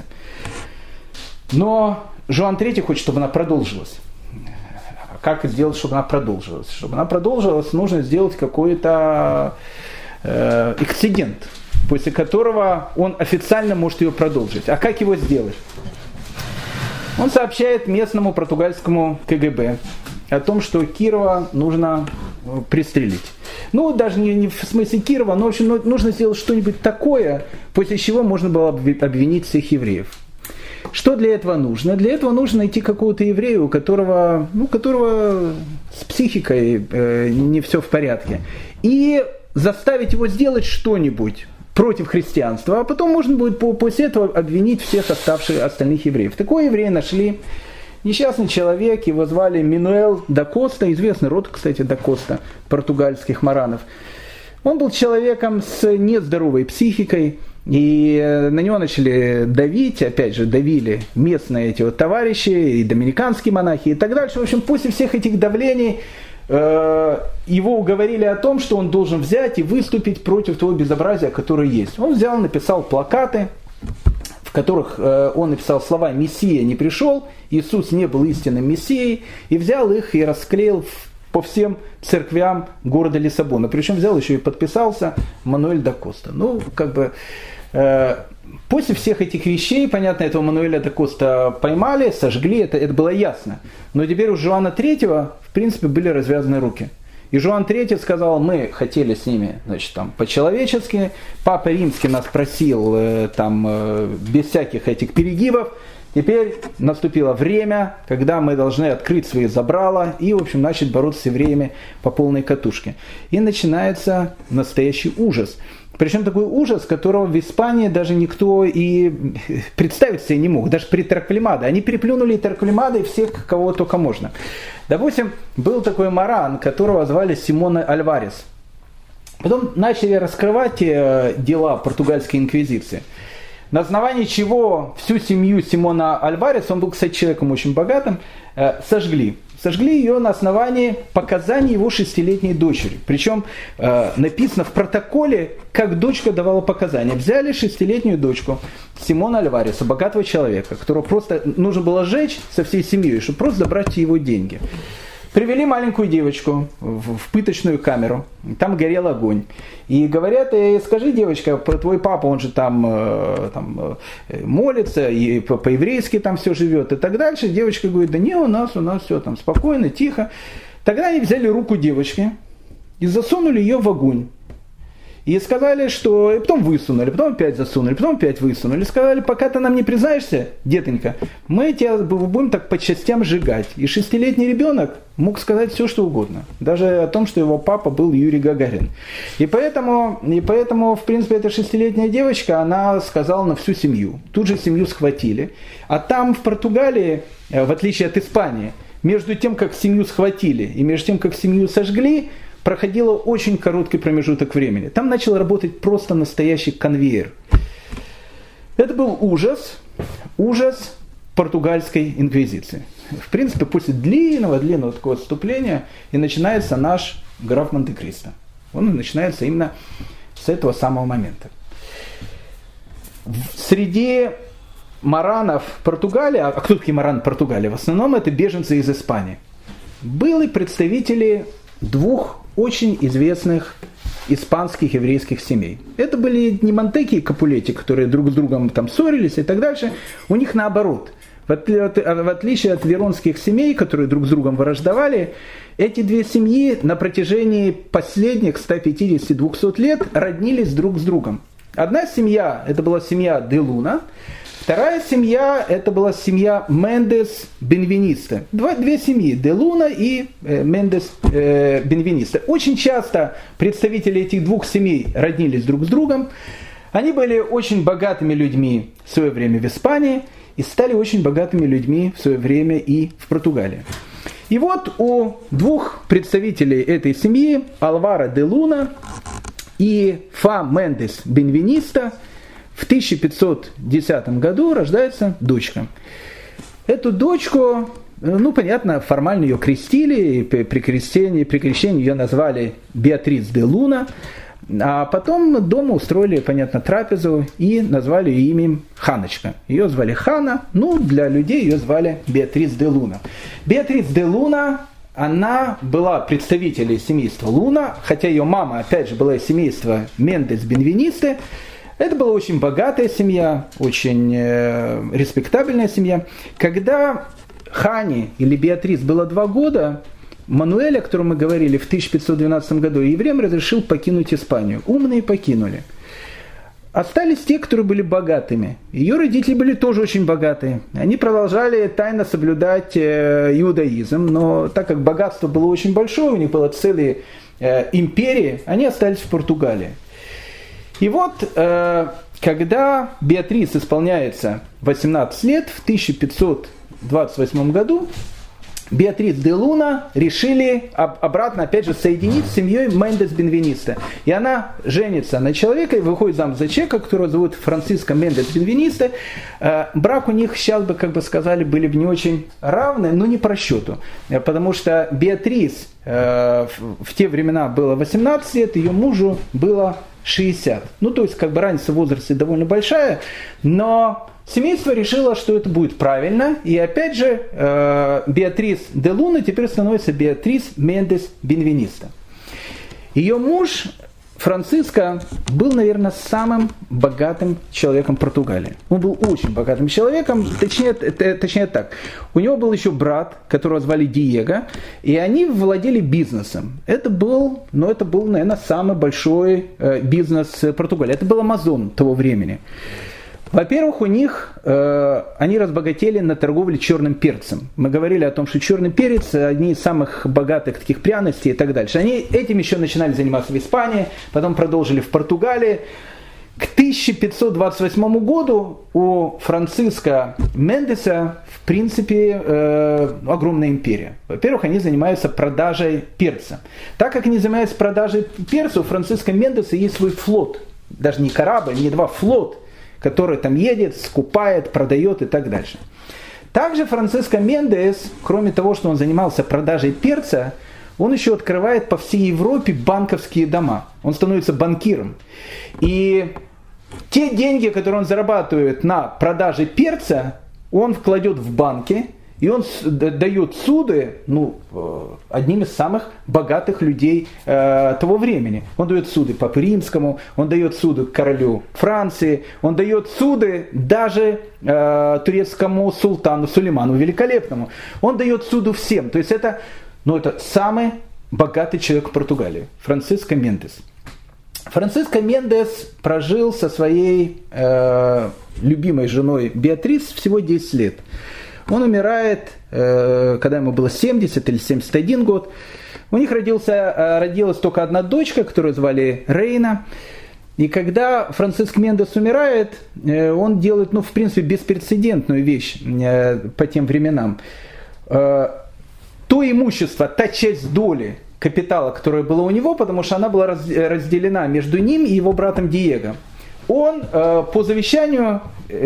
Но Жоан III хочет, чтобы она продолжилась. Как сделать, чтобы она продолжилась? Чтобы она продолжилась, нужно сделать какой-то эксцидент, после которого он официально может ее продолжить. А как его сделать? Он сообщает местному португальскому КГБ о том, что Кирова нужно пристрелить. Даже не в смысле Кирова, но в общем, нужно сделать что-нибудь такое, после чего можно было обвинить всех евреев. Что для этого нужно? Для этого нужно найти какого-то еврея, у которого с психикой не все в порядке, и заставить его сделать что-нибудь против христианства, а потом можно будет после этого обвинить всех остальных евреев. Такого еврея нашли. Несчастный человек, его звали Мануэль да Коста, известный род, кстати, да Коста, португальских маранов. Он был человеком с нездоровой психикой, и на него начали давить, опять же, давили местные эти товарищи, и доминиканские монахи, и так дальше. В общем, после всех этих давлений его уговорили о том, что он должен взять и выступить против того безобразия, которое есть. Он взял, написал плакаты, в которых он написал слова «Мессия не пришел», «Иисус не был истинным Мессией», и взял их и расклеил по всем церквям города Лиссабона. Причем взял еще и подписался Мануэль да Коста. После всех этих вещей, понятно, этого Мануэля да Коста поймали, сожгли, это было ясно. Но теперь у Жоана III, в принципе, были развязаны руки. И Жоан III сказал, мы хотели с ними, по-человечески. Папа Римский нас просил без всяких этих перегибов. Теперь наступило время, когда мы должны открыть свои забрала и, в общем, начать бороться с евреями по полной катушке. И начинается настоящий ужас. Причем такой ужас, которого в Испании даже никто и представить себе не мог. Даже при Торквемаде. Они переплюнули Торквемада и всех, кого только можно. Допустим, был такой маран, которого звали Симон Альварес. Потом начали раскрывать дела португальской инквизиции. На основании чего всю семью Симона Альвареса, он был, кстати, человеком очень богатым, сожгли. Сожгли ее на основании показаний его 6-летней дочери. Причем написано в протоколе, как дочка давала показания. Взяли 6-летнюю дочку Симона Альвареса, богатого человека, которого просто нужно было сжечь со всей семьей, чтобы просто забрать его деньги. Привели маленькую девочку в пыточную камеру, там горел огонь. И говорят, скажи, девочка, твой папа, он же там молится, и по-еврейски там все живет, и так дальше. Девочка говорит, да не, у нас все там спокойно, тихо. Тогда они взяли руку девочки и засунули ее в огонь. И сказали, что... И потом высунули, потом опять засунули, потом опять высунули. Сказали, пока ты нам не признаешься, детонька, мы тебя будем так по частям сжигать. И 6-летний ребенок мог сказать все, что угодно. Даже о том, что его папа был Юрий Гагарин. И поэтому в принципе, эта 6-летняя девочка, она сказала на всю семью. Тут же семью схватили. А там, в Португалии, в отличие от Испании, между тем, как семью схватили, и между тем, как семью сожгли, проходило очень короткий промежуток времени. Там начал работать просто настоящий конвейер. Это был ужас португальской инквизиции. В принципе, после длинного такого отступления и начинается наш граф Монте-Кристо. Он начинается именно с этого самого момента. Среди маранов Португалии, а кто такие мараны Португалии? В основном это беженцы из Испании. Были представители двух очень известных испанских еврейских семей. Это были не Монтеки и Капулети, которые друг с другом там ссорились и так дальше. У них наоборот. В отличие от веронских семей, которые друг с другом враждовали, эти две семьи на протяжении последних 150-200 лет роднились друг с другом. Одна семья, это была семья де Луна, Вторая семья, это была семья Мендес Бенвениста. Две семьи, де Луна и Мендес Бенвениста. Очень часто представители этих двух семей роднились друг с другом. Они были очень богатыми людьми в свое время в Испании и стали очень богатыми людьми в свое время и в Португалии. И вот у двух представителей этой семьи, Альваро де Луна и Фа Мендес Бенвениста, в 1510 году рождается дочка. Эту дочку, понятно, формально ее крестили, и при крещении ее назвали Беатрис де Луна, а потом дома устроили, понятно, трапезу и назвали ее именем Ханочка. Ее звали Хана, для людей ее звали Беатрис де Луна. Беатрис де Луна, она была представителем семейства Луна, хотя ее мама, опять же, была из семейства Мендес Бенвенисты. Это была очень богатая семья, очень респектабельная семья. Когда Хане или Беатрис было 2 года, Мануэль, о котором мы говорили, в 1512 году, евреям разрешил покинуть Испанию. Умные покинули. Остались те, которые были богатыми. Ее родители были тоже очень богатые. Они продолжали тайно соблюдать иудаизм, но так как богатство было очень большое, у них было целые империи, они остались в Португалии. И вот, когда Беатрис исполняется 18 лет, в 1528 году, Беатрис де Луна решили обратно, опять же, соединить с семьей Мендес Бенвениста. И она женится на человеке, выходит замуж за человека, которого зовут Франциско Мендес Бенвениста. Брак у них, сейчас бы, как бы сказали, были бы не очень равны, но не по расчету. Потому что Беатрис в те времена было 18 лет, ее мужу было 60. То есть, как бы разница в возрасте довольно большая, но семейство решило, что это будет правильно, и опять же Беатрис де Луна теперь становится Беатрис Мендес Бенвениста. Ее муж Франциско был, наверное, самым богатым человеком Португалии. Он был очень богатым человеком, точнее так. У него был еще брат, которого звали Диего, и они владели бизнесом. Это был, наверное, самый большой бизнес Португалии. Это был Амазон того времени. Во-первых, у них они разбогатели на торговле черным перцем. Мы говорили о том, что черный перец – одни из самых богатых таких пряностей и так дальше. Они этим еще начинали заниматься в Испании, потом продолжили в Португалии. К 1528 году у Франциско Мендеса, в принципе, огромная империя. Во-первых, они занимаются продажей перца. Так как они занимаются продажей перца, у Франциско Мендеса есть свой флот. Даже не корабль, не два, флот, который там едет, скупает, продает и так дальше. Также Франциско Мендес, кроме того, что он занимался продажей перца, он еще открывает по всей Европе банковские дома. Он становится банкиром. И те деньги, которые он зарабатывает на продаже перца, он вкладет в банки, и он дает суды одним из самых богатых людей того времени. Он дает суды Папе Римскому, он дает суды королю Франции, он дает суды даже турецкому султану Сулейману Великолепному. Он дает суду всем. То есть это самый богатый человек в Португалии, Франциско Мендес. Франциско Мендес прожил со своей любимой женой Беатрис всего 10 лет. Он умирает, когда ему было 70 или 71 год. У них родилась только одна дочка, которую звали Рейна. И когда Франциско Мендес умирает, он делает, в принципе, беспрецедентную вещь по тем временам. То имущество, та часть доли капитала, которая была у него, потому что она была разделена между ним и его братом Диего. Он по завещанию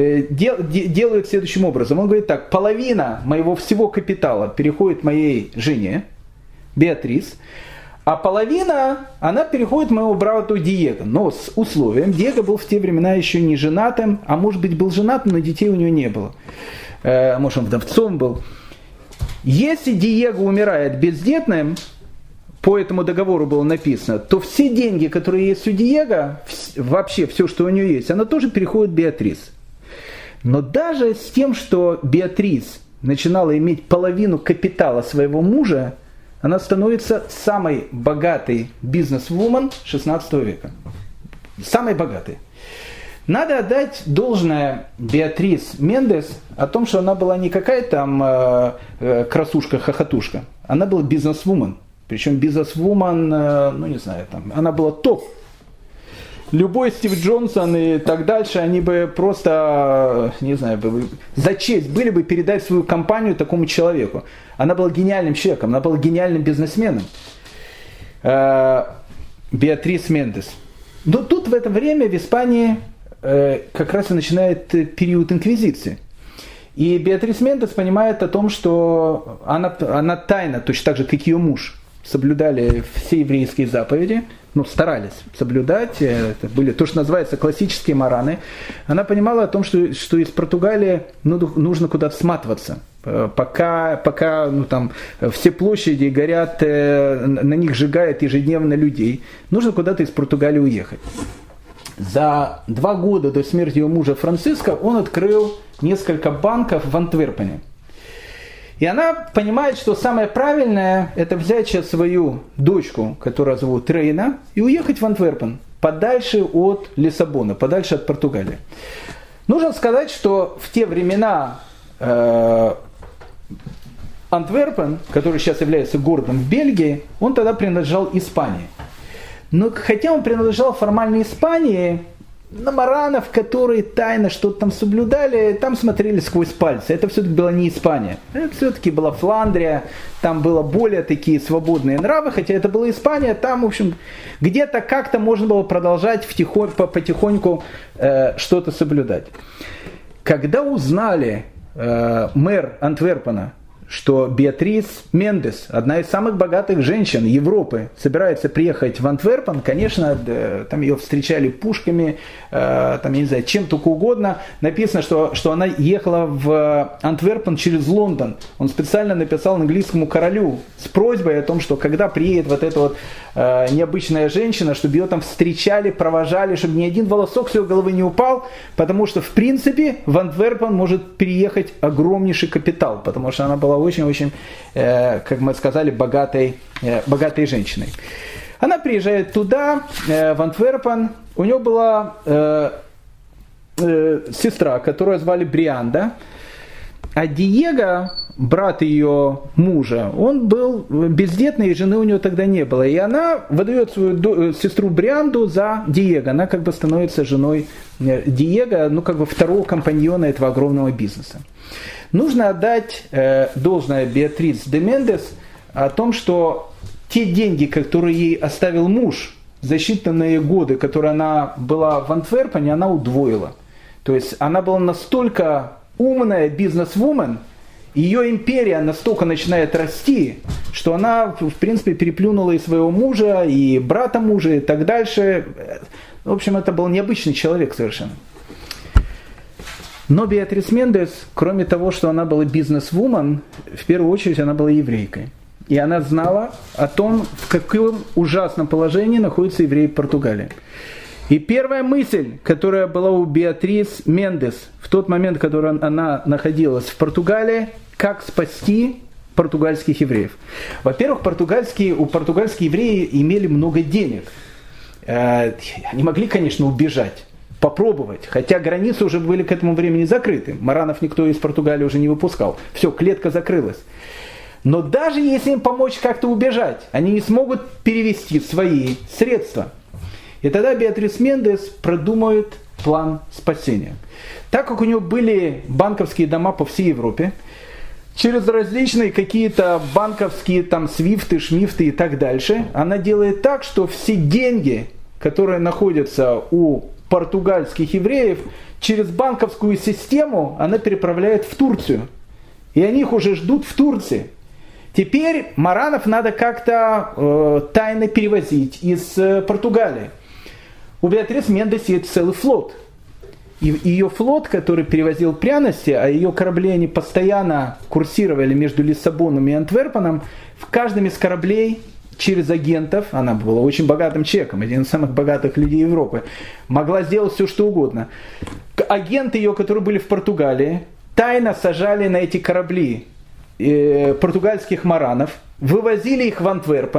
делает следующим образом. Он говорит так: половина моего всего капитала переходит моей жене, Беатрис, а половина, она переходит моему брату Диего. Но с условием, Диего был в те времена еще не женатым, а может быть был женатым, но детей у него не было. Может, он вдовцом был. Если Диего умирает бездетным, по этому договору было написано, то все деньги, которые есть у Диего, вообще все, что у нее есть, она тоже переходит Беатрис. Но даже с тем, что Беатрис начинала иметь половину капитала своего мужа, она становится самой богатой бизнес-вумен 16 века. Самой богатой. Надо отдать должное Беатрис Мендес о том, что она была не какая-то там красушка-хохотушка. Она была бизнес-вумен. Причем бизнес-вумен, ну не знаю, там, она была топ. Любой Стив Джонсон и так дальше, они бы просто, не знаю, за честь были бы передать свою компанию такому человеку. Она была гениальным человеком, она была гениальным бизнесменом. Беатрис Мендес. Но тут в это время в Испании как раз и начинает период инквизиции. И Беатрис Мендес понимает о том, что она тайно, точно так же, как ее муж, соблюдали все еврейские заповеди, ну, старались соблюдать, это были то, что называется классические мараны. Она понимала о том, что из Португалии нужно куда-то сматываться. Пока ну, там, все площади горят, на них сжигают ежедневно людей, нужно куда-то из Португалии уехать. За 2 года до смерти его мужа Франциско он открыл несколько банков в Антверпене. И она понимает, что самое правильное – это взять сейчас свою дочку, которую зовут Рейна, и уехать в Антверпен, подальше от Лиссабона, подальше от Португалии. Нужно сказать, что в те времена Антверпен, который сейчас является городом в Бельгии, он тогда принадлежал Испании. Но хотя он принадлежал формально Испании, на маранов, которые тайно что-то там соблюдали, там смотрели сквозь пальцы. Это все-таки была не Испания. Это все-таки была Фландрия, там было более такие свободные нравы, хотя это была Испания, там, в общем, где-то как-то можно было продолжать потихоньку что-то соблюдать. Когда узнали мэр Антверпена, что Беатрис Мендес, одна из самых богатых женщин Европы, собирается приехать в Антверпен, конечно, там ее встречали пушками, там, я не знаю, чем только угодно. Написано, что она ехала в Антверпен через Лондон. Он специально написал английскому королю с просьбой о том, что когда приедет вот эта вот необычная женщина, чтобы ее там встречали, провожали, чтобы ни один волосок с ее головы не упал, потому что, в принципе, в Антверпен может переехать огромнейший капитал, потому что она была очень-очень, как мы сказали, богатой женщиной. Она приезжает туда, в Антверпен. У нее была сестра, которую звали Брианда. А Диего, брат ее мужа, он был бездетный, и жены у него тогда не было. И она выдает свою сестру Брианду за Диего. Она как бы становится женой Диего, ну как бы второго компаньона этого огромного бизнеса. Нужно отдать должное Беатрис де Мендес о том, что те деньги, которые ей оставил муж за считанные годы, которые она была в Антверпене, она удвоила. То есть она была настолько умная бизнес-вумен, ее империя настолько начинает расти, что она, в принципе, переплюнула и своего мужа, и брата мужа, и так дальше. В общем, это был необычный человек совершенно. Но Беатрис Мендес, кроме того, что она была бизнес-вумен, в первую очередь она была еврейкой. И она знала о том, в каком ужасном положении находятся евреи в Португалии. И первая мысль, которая была у Беатрис Мендес в тот момент, когда она находилась в Португалии, как спасти португальских евреев. Во-первых, португальские евреи имели много денег. Они могли, конечно, убежать, попробовать, хотя границы уже были к этому времени закрыты. Маранов никто из Португалии уже не выпускал. Все, клетка закрылась. Но даже если им помочь как-то убежать, они не смогут перевести свои средства. И тогда Беатрис Мендес продумает план спасения. Так как у нее были банковские дома по всей Европе, через различные какие-то банковские там свифты, шмифты и так дальше, она делает так, что все деньги, которые находятся у португальских евреев, через банковскую систему она переправляет в Турцию. И они их уже ждут в Турции. Теперь маранов надо как-то тайно перевозить из Португалии. У Беатрис Мендес есть целый флот. И ее флот, который перевозил пряности, а ее корабли они постоянно курсировали между Лиссабоном и Антверпеном, в каждом из кораблей через агентов, она была очень богатым человеком, один из самых богатых людей Европы, могла сделать все, что угодно. Агенты ее, которые были в Португалии, тайно сажали на эти корабли португальских маранов, вывозили их в Антверпен,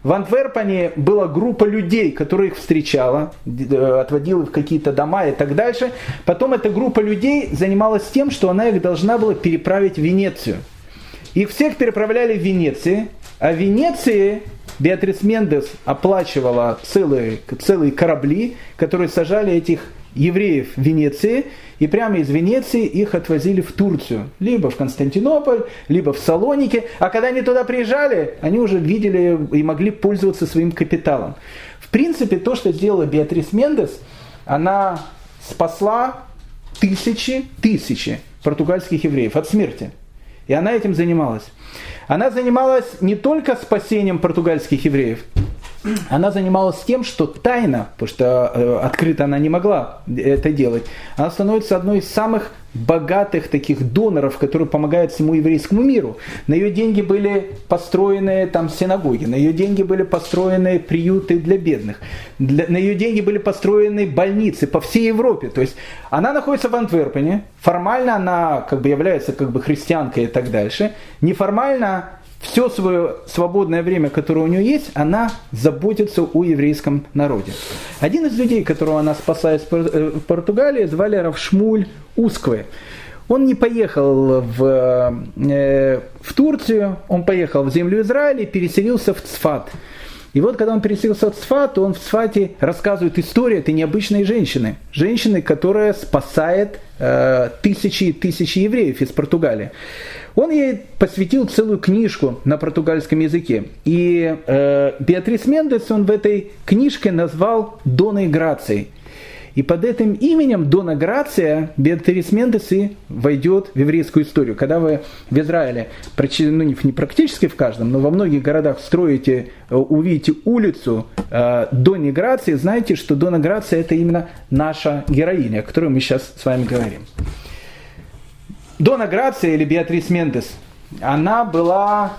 В Антверпене была группа людей, которая их встречала, отводила их в какие-то дома и так дальше. Потом эта группа людей занималась тем, что она их должна была переправить в Венецию. Их всех переправляли в Венецию, а в Венеции Беатрис Мендес оплачивала целые корабли, которые сажали этих евреев в Венеции, и прямо из Венеции их отвозили в Турцию, либо в Константинополь, либо в Салоники, а когда они туда приезжали, они уже видели и могли пользоваться своим капиталом. В принципе, то, что сделала Беатрис Мендес, она спасла тысячи португальских евреев от смерти. И она этим занималась. Она занималась не только спасением португальских евреев, она занималась тем, что тайно, потому что открыто она не могла это делать, она становится одной из самых богатых таких доноров, которые помогают всему еврейскому миру. На ее деньги были построены там синагоги, на ее деньги были построены приюты для бедных, на ее деньги были построены больницы по всей Европе. То есть она находится в Антверпене, формально она является христианкой и так дальше, неформально все свое свободное время, которое у нее есть, она заботится о еврейском народе. Один из людей, которого она спасла из Португалии, звали Рав Шмуль Ускве. Он не поехал в Турцию, он поехал в землю Израиля и переселился в Цфат. И вот, когда он переселился в Цфат, он в Цфате рассказывает историю этой необычной женщины. Женщины, которая спасает тысячи и тысячи евреев из Португалии. Он ей посвятил целую книжку на португальском языке. И Беатрис Мендес он в этой книжке назвал Доной Грацией. И под этим именем Дона Грация Беатрис Мендес и войдет в еврейскую историю. Когда вы в Израиле, не практически в каждом, но во многих городах увидите улицу Дони Грации, знаете, что Дона Грация это именно наша героиня, о которой мы сейчас с вами говорим. Дона Грация или Беатрис Мендес, она была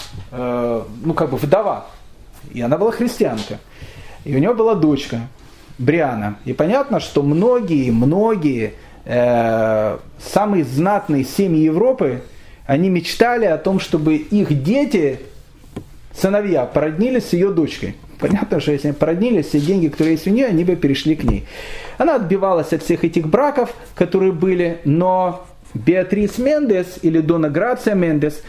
вдова, и она была христианка. И у нее была дочка Бриана. И понятно, что многие самые знатные семьи Европы, они мечтали о том, чтобы их дети, сыновья, породнились с ее дочкой. Понятно, что если они породнились, все деньги, которые есть у нее, они бы перешли к ней. Она отбивалась от всех этих браков, которые были, но Беатрис Мендес или Дона Грация Мендес,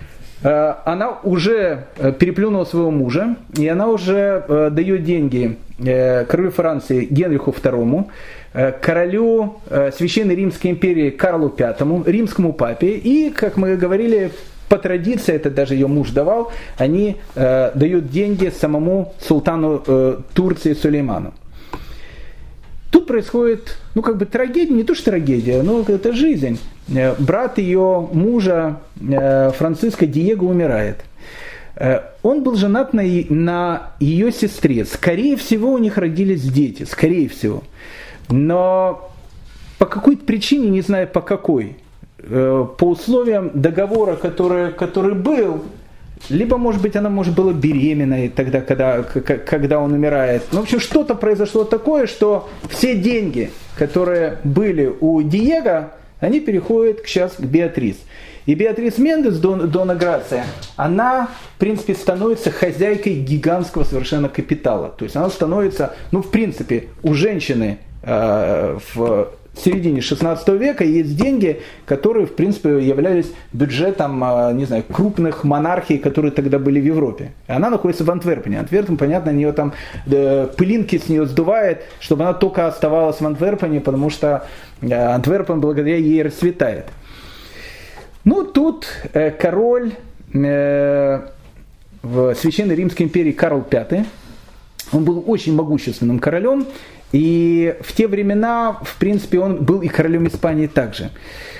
она уже переплюнула своего мужа, и она уже дает деньги королю Франции Генриху II, королю Священной Римской империи Карлу V, римскому папе, и, как мы говорили, по традиции, это даже ее муж давал, они дают деньги самому султану Турции Сулейману. Тут происходит, трагедия, не то что трагедия, но это жизнь. Брат ее мужа, Франциско Диего, умирает. Он был женат на ее сестре. Скорее всего, у них родились дети, скорее всего. Но по какой-то причине, не знаю по какой, по условиям договора, который был, либо, может быть, она была беременной тогда, когда он умирает. В общем, что-то произошло такое, что все деньги, которые были у Диего, они переходят сейчас к Беатрис. И Беатрис Мендес, Дона Грация, она, в принципе, становится хозяйкой гигантского совершенно капитала. То есть она становится, в принципе, у женщины в середине 16 века есть деньги, которые, в принципе, являлись бюджетом, крупных монархий, которые тогда были в Европе. И она находится в Антверпене. Антверпен, понятно, нее там пылинки с нее сдувает, чтобы она только оставалась в Антверпене, потому что Антверпен благодаря ей расцветает. Тут король в Священной Римской империи Карл V, он был очень могущественным королем, и в те времена, в принципе, он был и королем Испании также.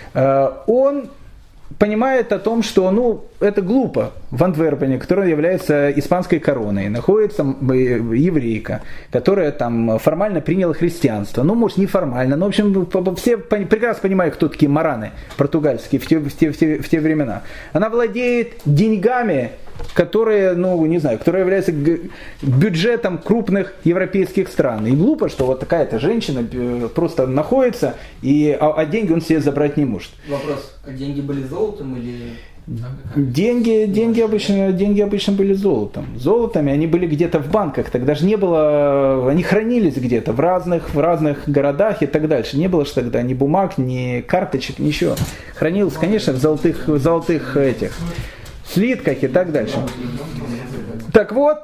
Он понимает о том, что это глупо в Антверпене, которая является испанской короной, находится еврейка, которая там формально приняла христианство, может неформально, но в общем все прекрасно понимают, кто такие мараны португальские в те времена. Она владеет деньгами, которые, которые являются бюджетом крупных европейских стран. И глупо, что вот такая-то женщина просто находится, а деньги он себе забрать не может. Вопрос, а деньги были золотом или... Деньги обычно были золотом. Золотами они были где-то в банках. Тогда же не было, они хранились где-то в разных городах и так дальше. Не было же тогда ни бумаг, ни карточек, ничего. Хранилось, конечно, в золотых этих слитках и так дальше. Так вот,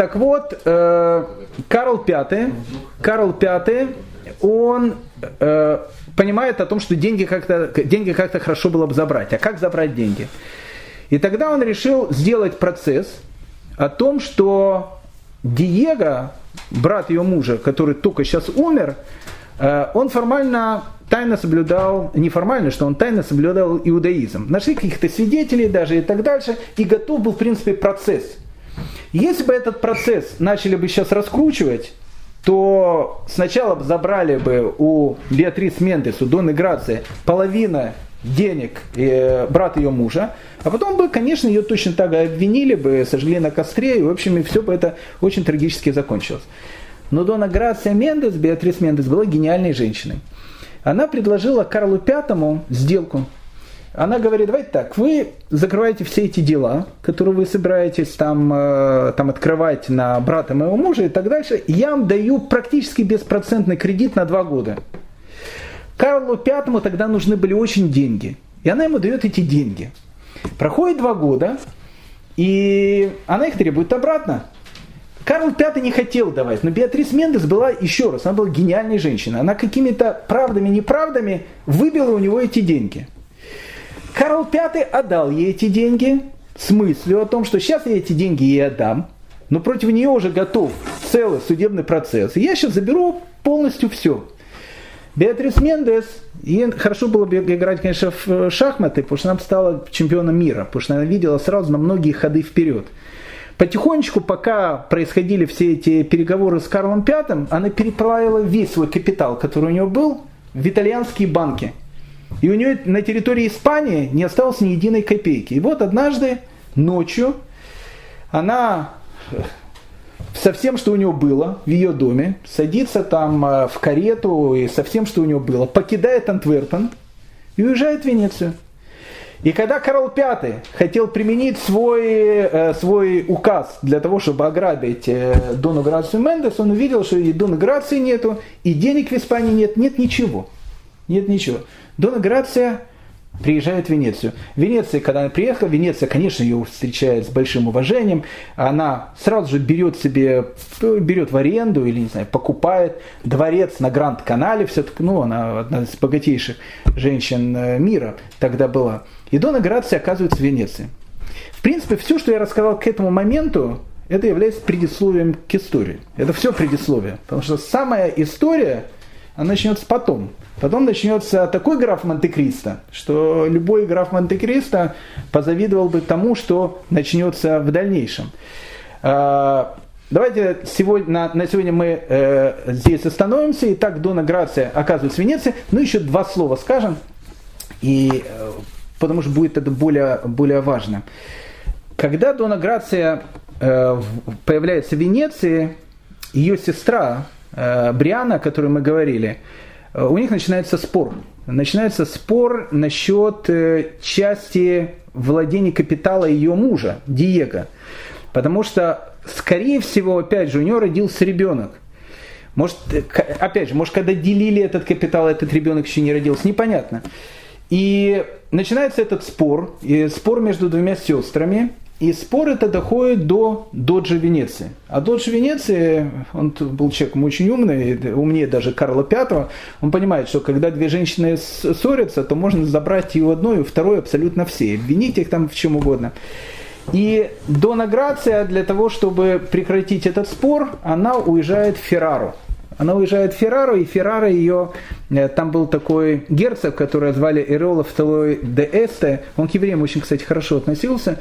Карл V, он понимает о том, что деньги как-то хорошо было бы забрать. А как забрать деньги? И тогда он решил сделать процесс о том, что Диего, брат ее мужа, который только сейчас умер, он тайно соблюдал иудаизм. Нашли каких-то свидетелей даже и так дальше, и готов был, в принципе, процесс. Если бы этот процесс начали бы сейчас раскручивать, то сначала бы забрали бы у Беатрис Мендес, у Донны Грации, половина денег брата ее мужа, а потом бы, конечно, ее точно так обвинили бы, сожгли на костре, и, в общем, и все бы это очень трагически закончилось. Но Донна Грация Мендес, Беатрис Мендес, была гениальной женщиной. Она предложила Карлу V сделку. Она говорит: давайте так, вы закрываете все эти дела, которые вы собираетесь там открывать на брата моего мужа и так дальше, я вам даю практически беспроцентный кредит на 2 года. Карлу V тогда нужны были очень деньги, и она ему дает эти деньги. Проходит 2 года, и она их требует обратно. Карл V не хотел давать, но Беатрис Мендес была, еще раз, она была гениальной женщиной. Она какими-то правдами-неправдами выбила у него эти деньги. Карл V отдал ей эти деньги с мыслью о том, что сейчас я эти деньги ей отдам, но против нее уже готов целый судебный процесс. И я сейчас заберу полностью все. Беатрис Мендес, ей хорошо было бы играть, конечно, в шахматы, потому что она стала чемпионом мира, потому что она видела сразу на многие ходы вперед. Потихонечку, пока происходили все эти переговоры с Карлом V, она переправила весь свой капитал, который у нее был, в итальянские банки. И у нее на территории Испании не осталось ни единой копейки. И вот однажды ночью она со всем, что у нее было в ее доме, садится там в карету и со всем, что у нее было, покидает Антверпен и уезжает в Венецию. И когда Карл V хотел применить свой указ для того, чтобы ограбить Донну Грацию Мендес, он увидел, что и Донны Грации нету, и денег в Испании нет ничего. Нет ничего. Донна Грация приезжает в Венецию. В Венеции, когда она приехала, Венеция, конечно, ее встречает с большим уважением. Она сразу же берет в аренду или, не знаю, покупает дворец на Гранд-Канале. Все-таки, она одна из богатейших женщин мира тогда была. И Донна Грация оказывается в Венеции. В принципе, все, что я рассказал к этому моменту, это является предисловием к истории. Это все предисловие. Потому что самая история, она начнется потом. Потом начнется такой граф Монте-Кристо, что любой граф Монте-Кристо позавидовал бы тому, что начнется в дальнейшем. Давайте на сегодня мы здесь остановимся. Итак, Донна Грация оказывается в Венеции. Еще 2 слова скажем, потому что будет это более важно. Когда Донна Грация появляется в Венеции, ее сестра Бриана, о которой мы говорили, у них начинается спор. Начинается спор насчет части владений капитала ее мужа, Диего. Потому что, скорее всего, опять же, у нее родился ребенок. Может, когда делили этот капитал, этот ребенок еще не родился, непонятно. И начинается этот спор, между 2 сестрами. И спор это доходит до доджа Венеции. А додж Венеции, он был человеком очень умный, умнее даже Карла V. Он понимает, что когда 2 женщины ссорятся, то можно забрать и у одной, и у второй абсолютно все. Обвинить их там в чем угодно. И Донна Грация для того, чтобы прекратить этот спор, она уезжает в Феррару. И Феррара ее, там был такой герцог, которого звали Эрола II де Эсте, он к евреям очень, кстати, хорошо относился,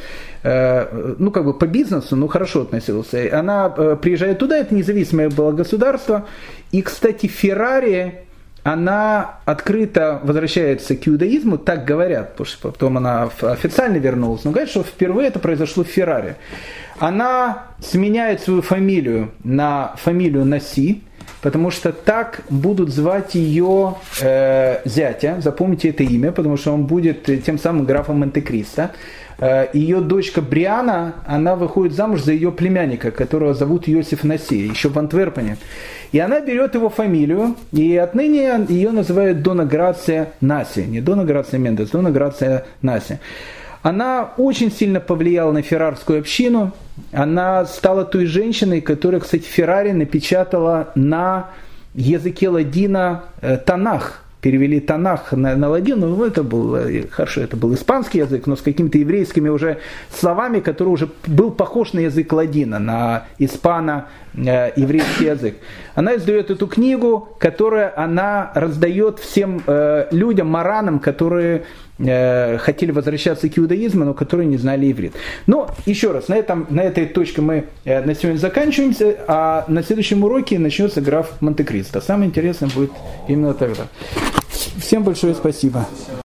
по бизнесу, но хорошо относился. Она приезжает туда, это независимое было государство, и, кстати, Феррари, она открыто возвращается к иудаизму, так говорят, потому что потом она официально вернулась, но говорят, что впервые это произошло в Феррари. Она сменяет свою фамилию на фамилию Наси, потому что так будут звать ее зятя, запомните это имя, потому что он будет тем самым графом Монте-Кристо. Ее дочка Бриана, она выходит замуж за ее племянника, которого зовут Йосиф Насия, еще в Антверпене. И она берет его фамилию, и отныне ее называют Дона Грация Наси. Не Дона Грация Мендес, Дона Грация Наси. Она очень сильно повлияла на феррарскую общину. Она стала той женщиной, которая, кстати, Феррари напечатала на языке ладина Танах. Перевели Танах на ладин, но это был, хорошо, это был испанский язык, но с какими-то еврейскими уже словами, который уже был похож на язык ладина, на испано-еврейский язык. Она издает эту книгу, которую она раздает всем людям, маранам, которые хотели возвращаться к иудаизму, но которые не знали иврит. Но еще раз, на этой точке мы на сегодня заканчиваемся, а на следующем уроке начнется граф Монте-Кристо. Самое интересное будет именно тогда. Всем большое спасибо.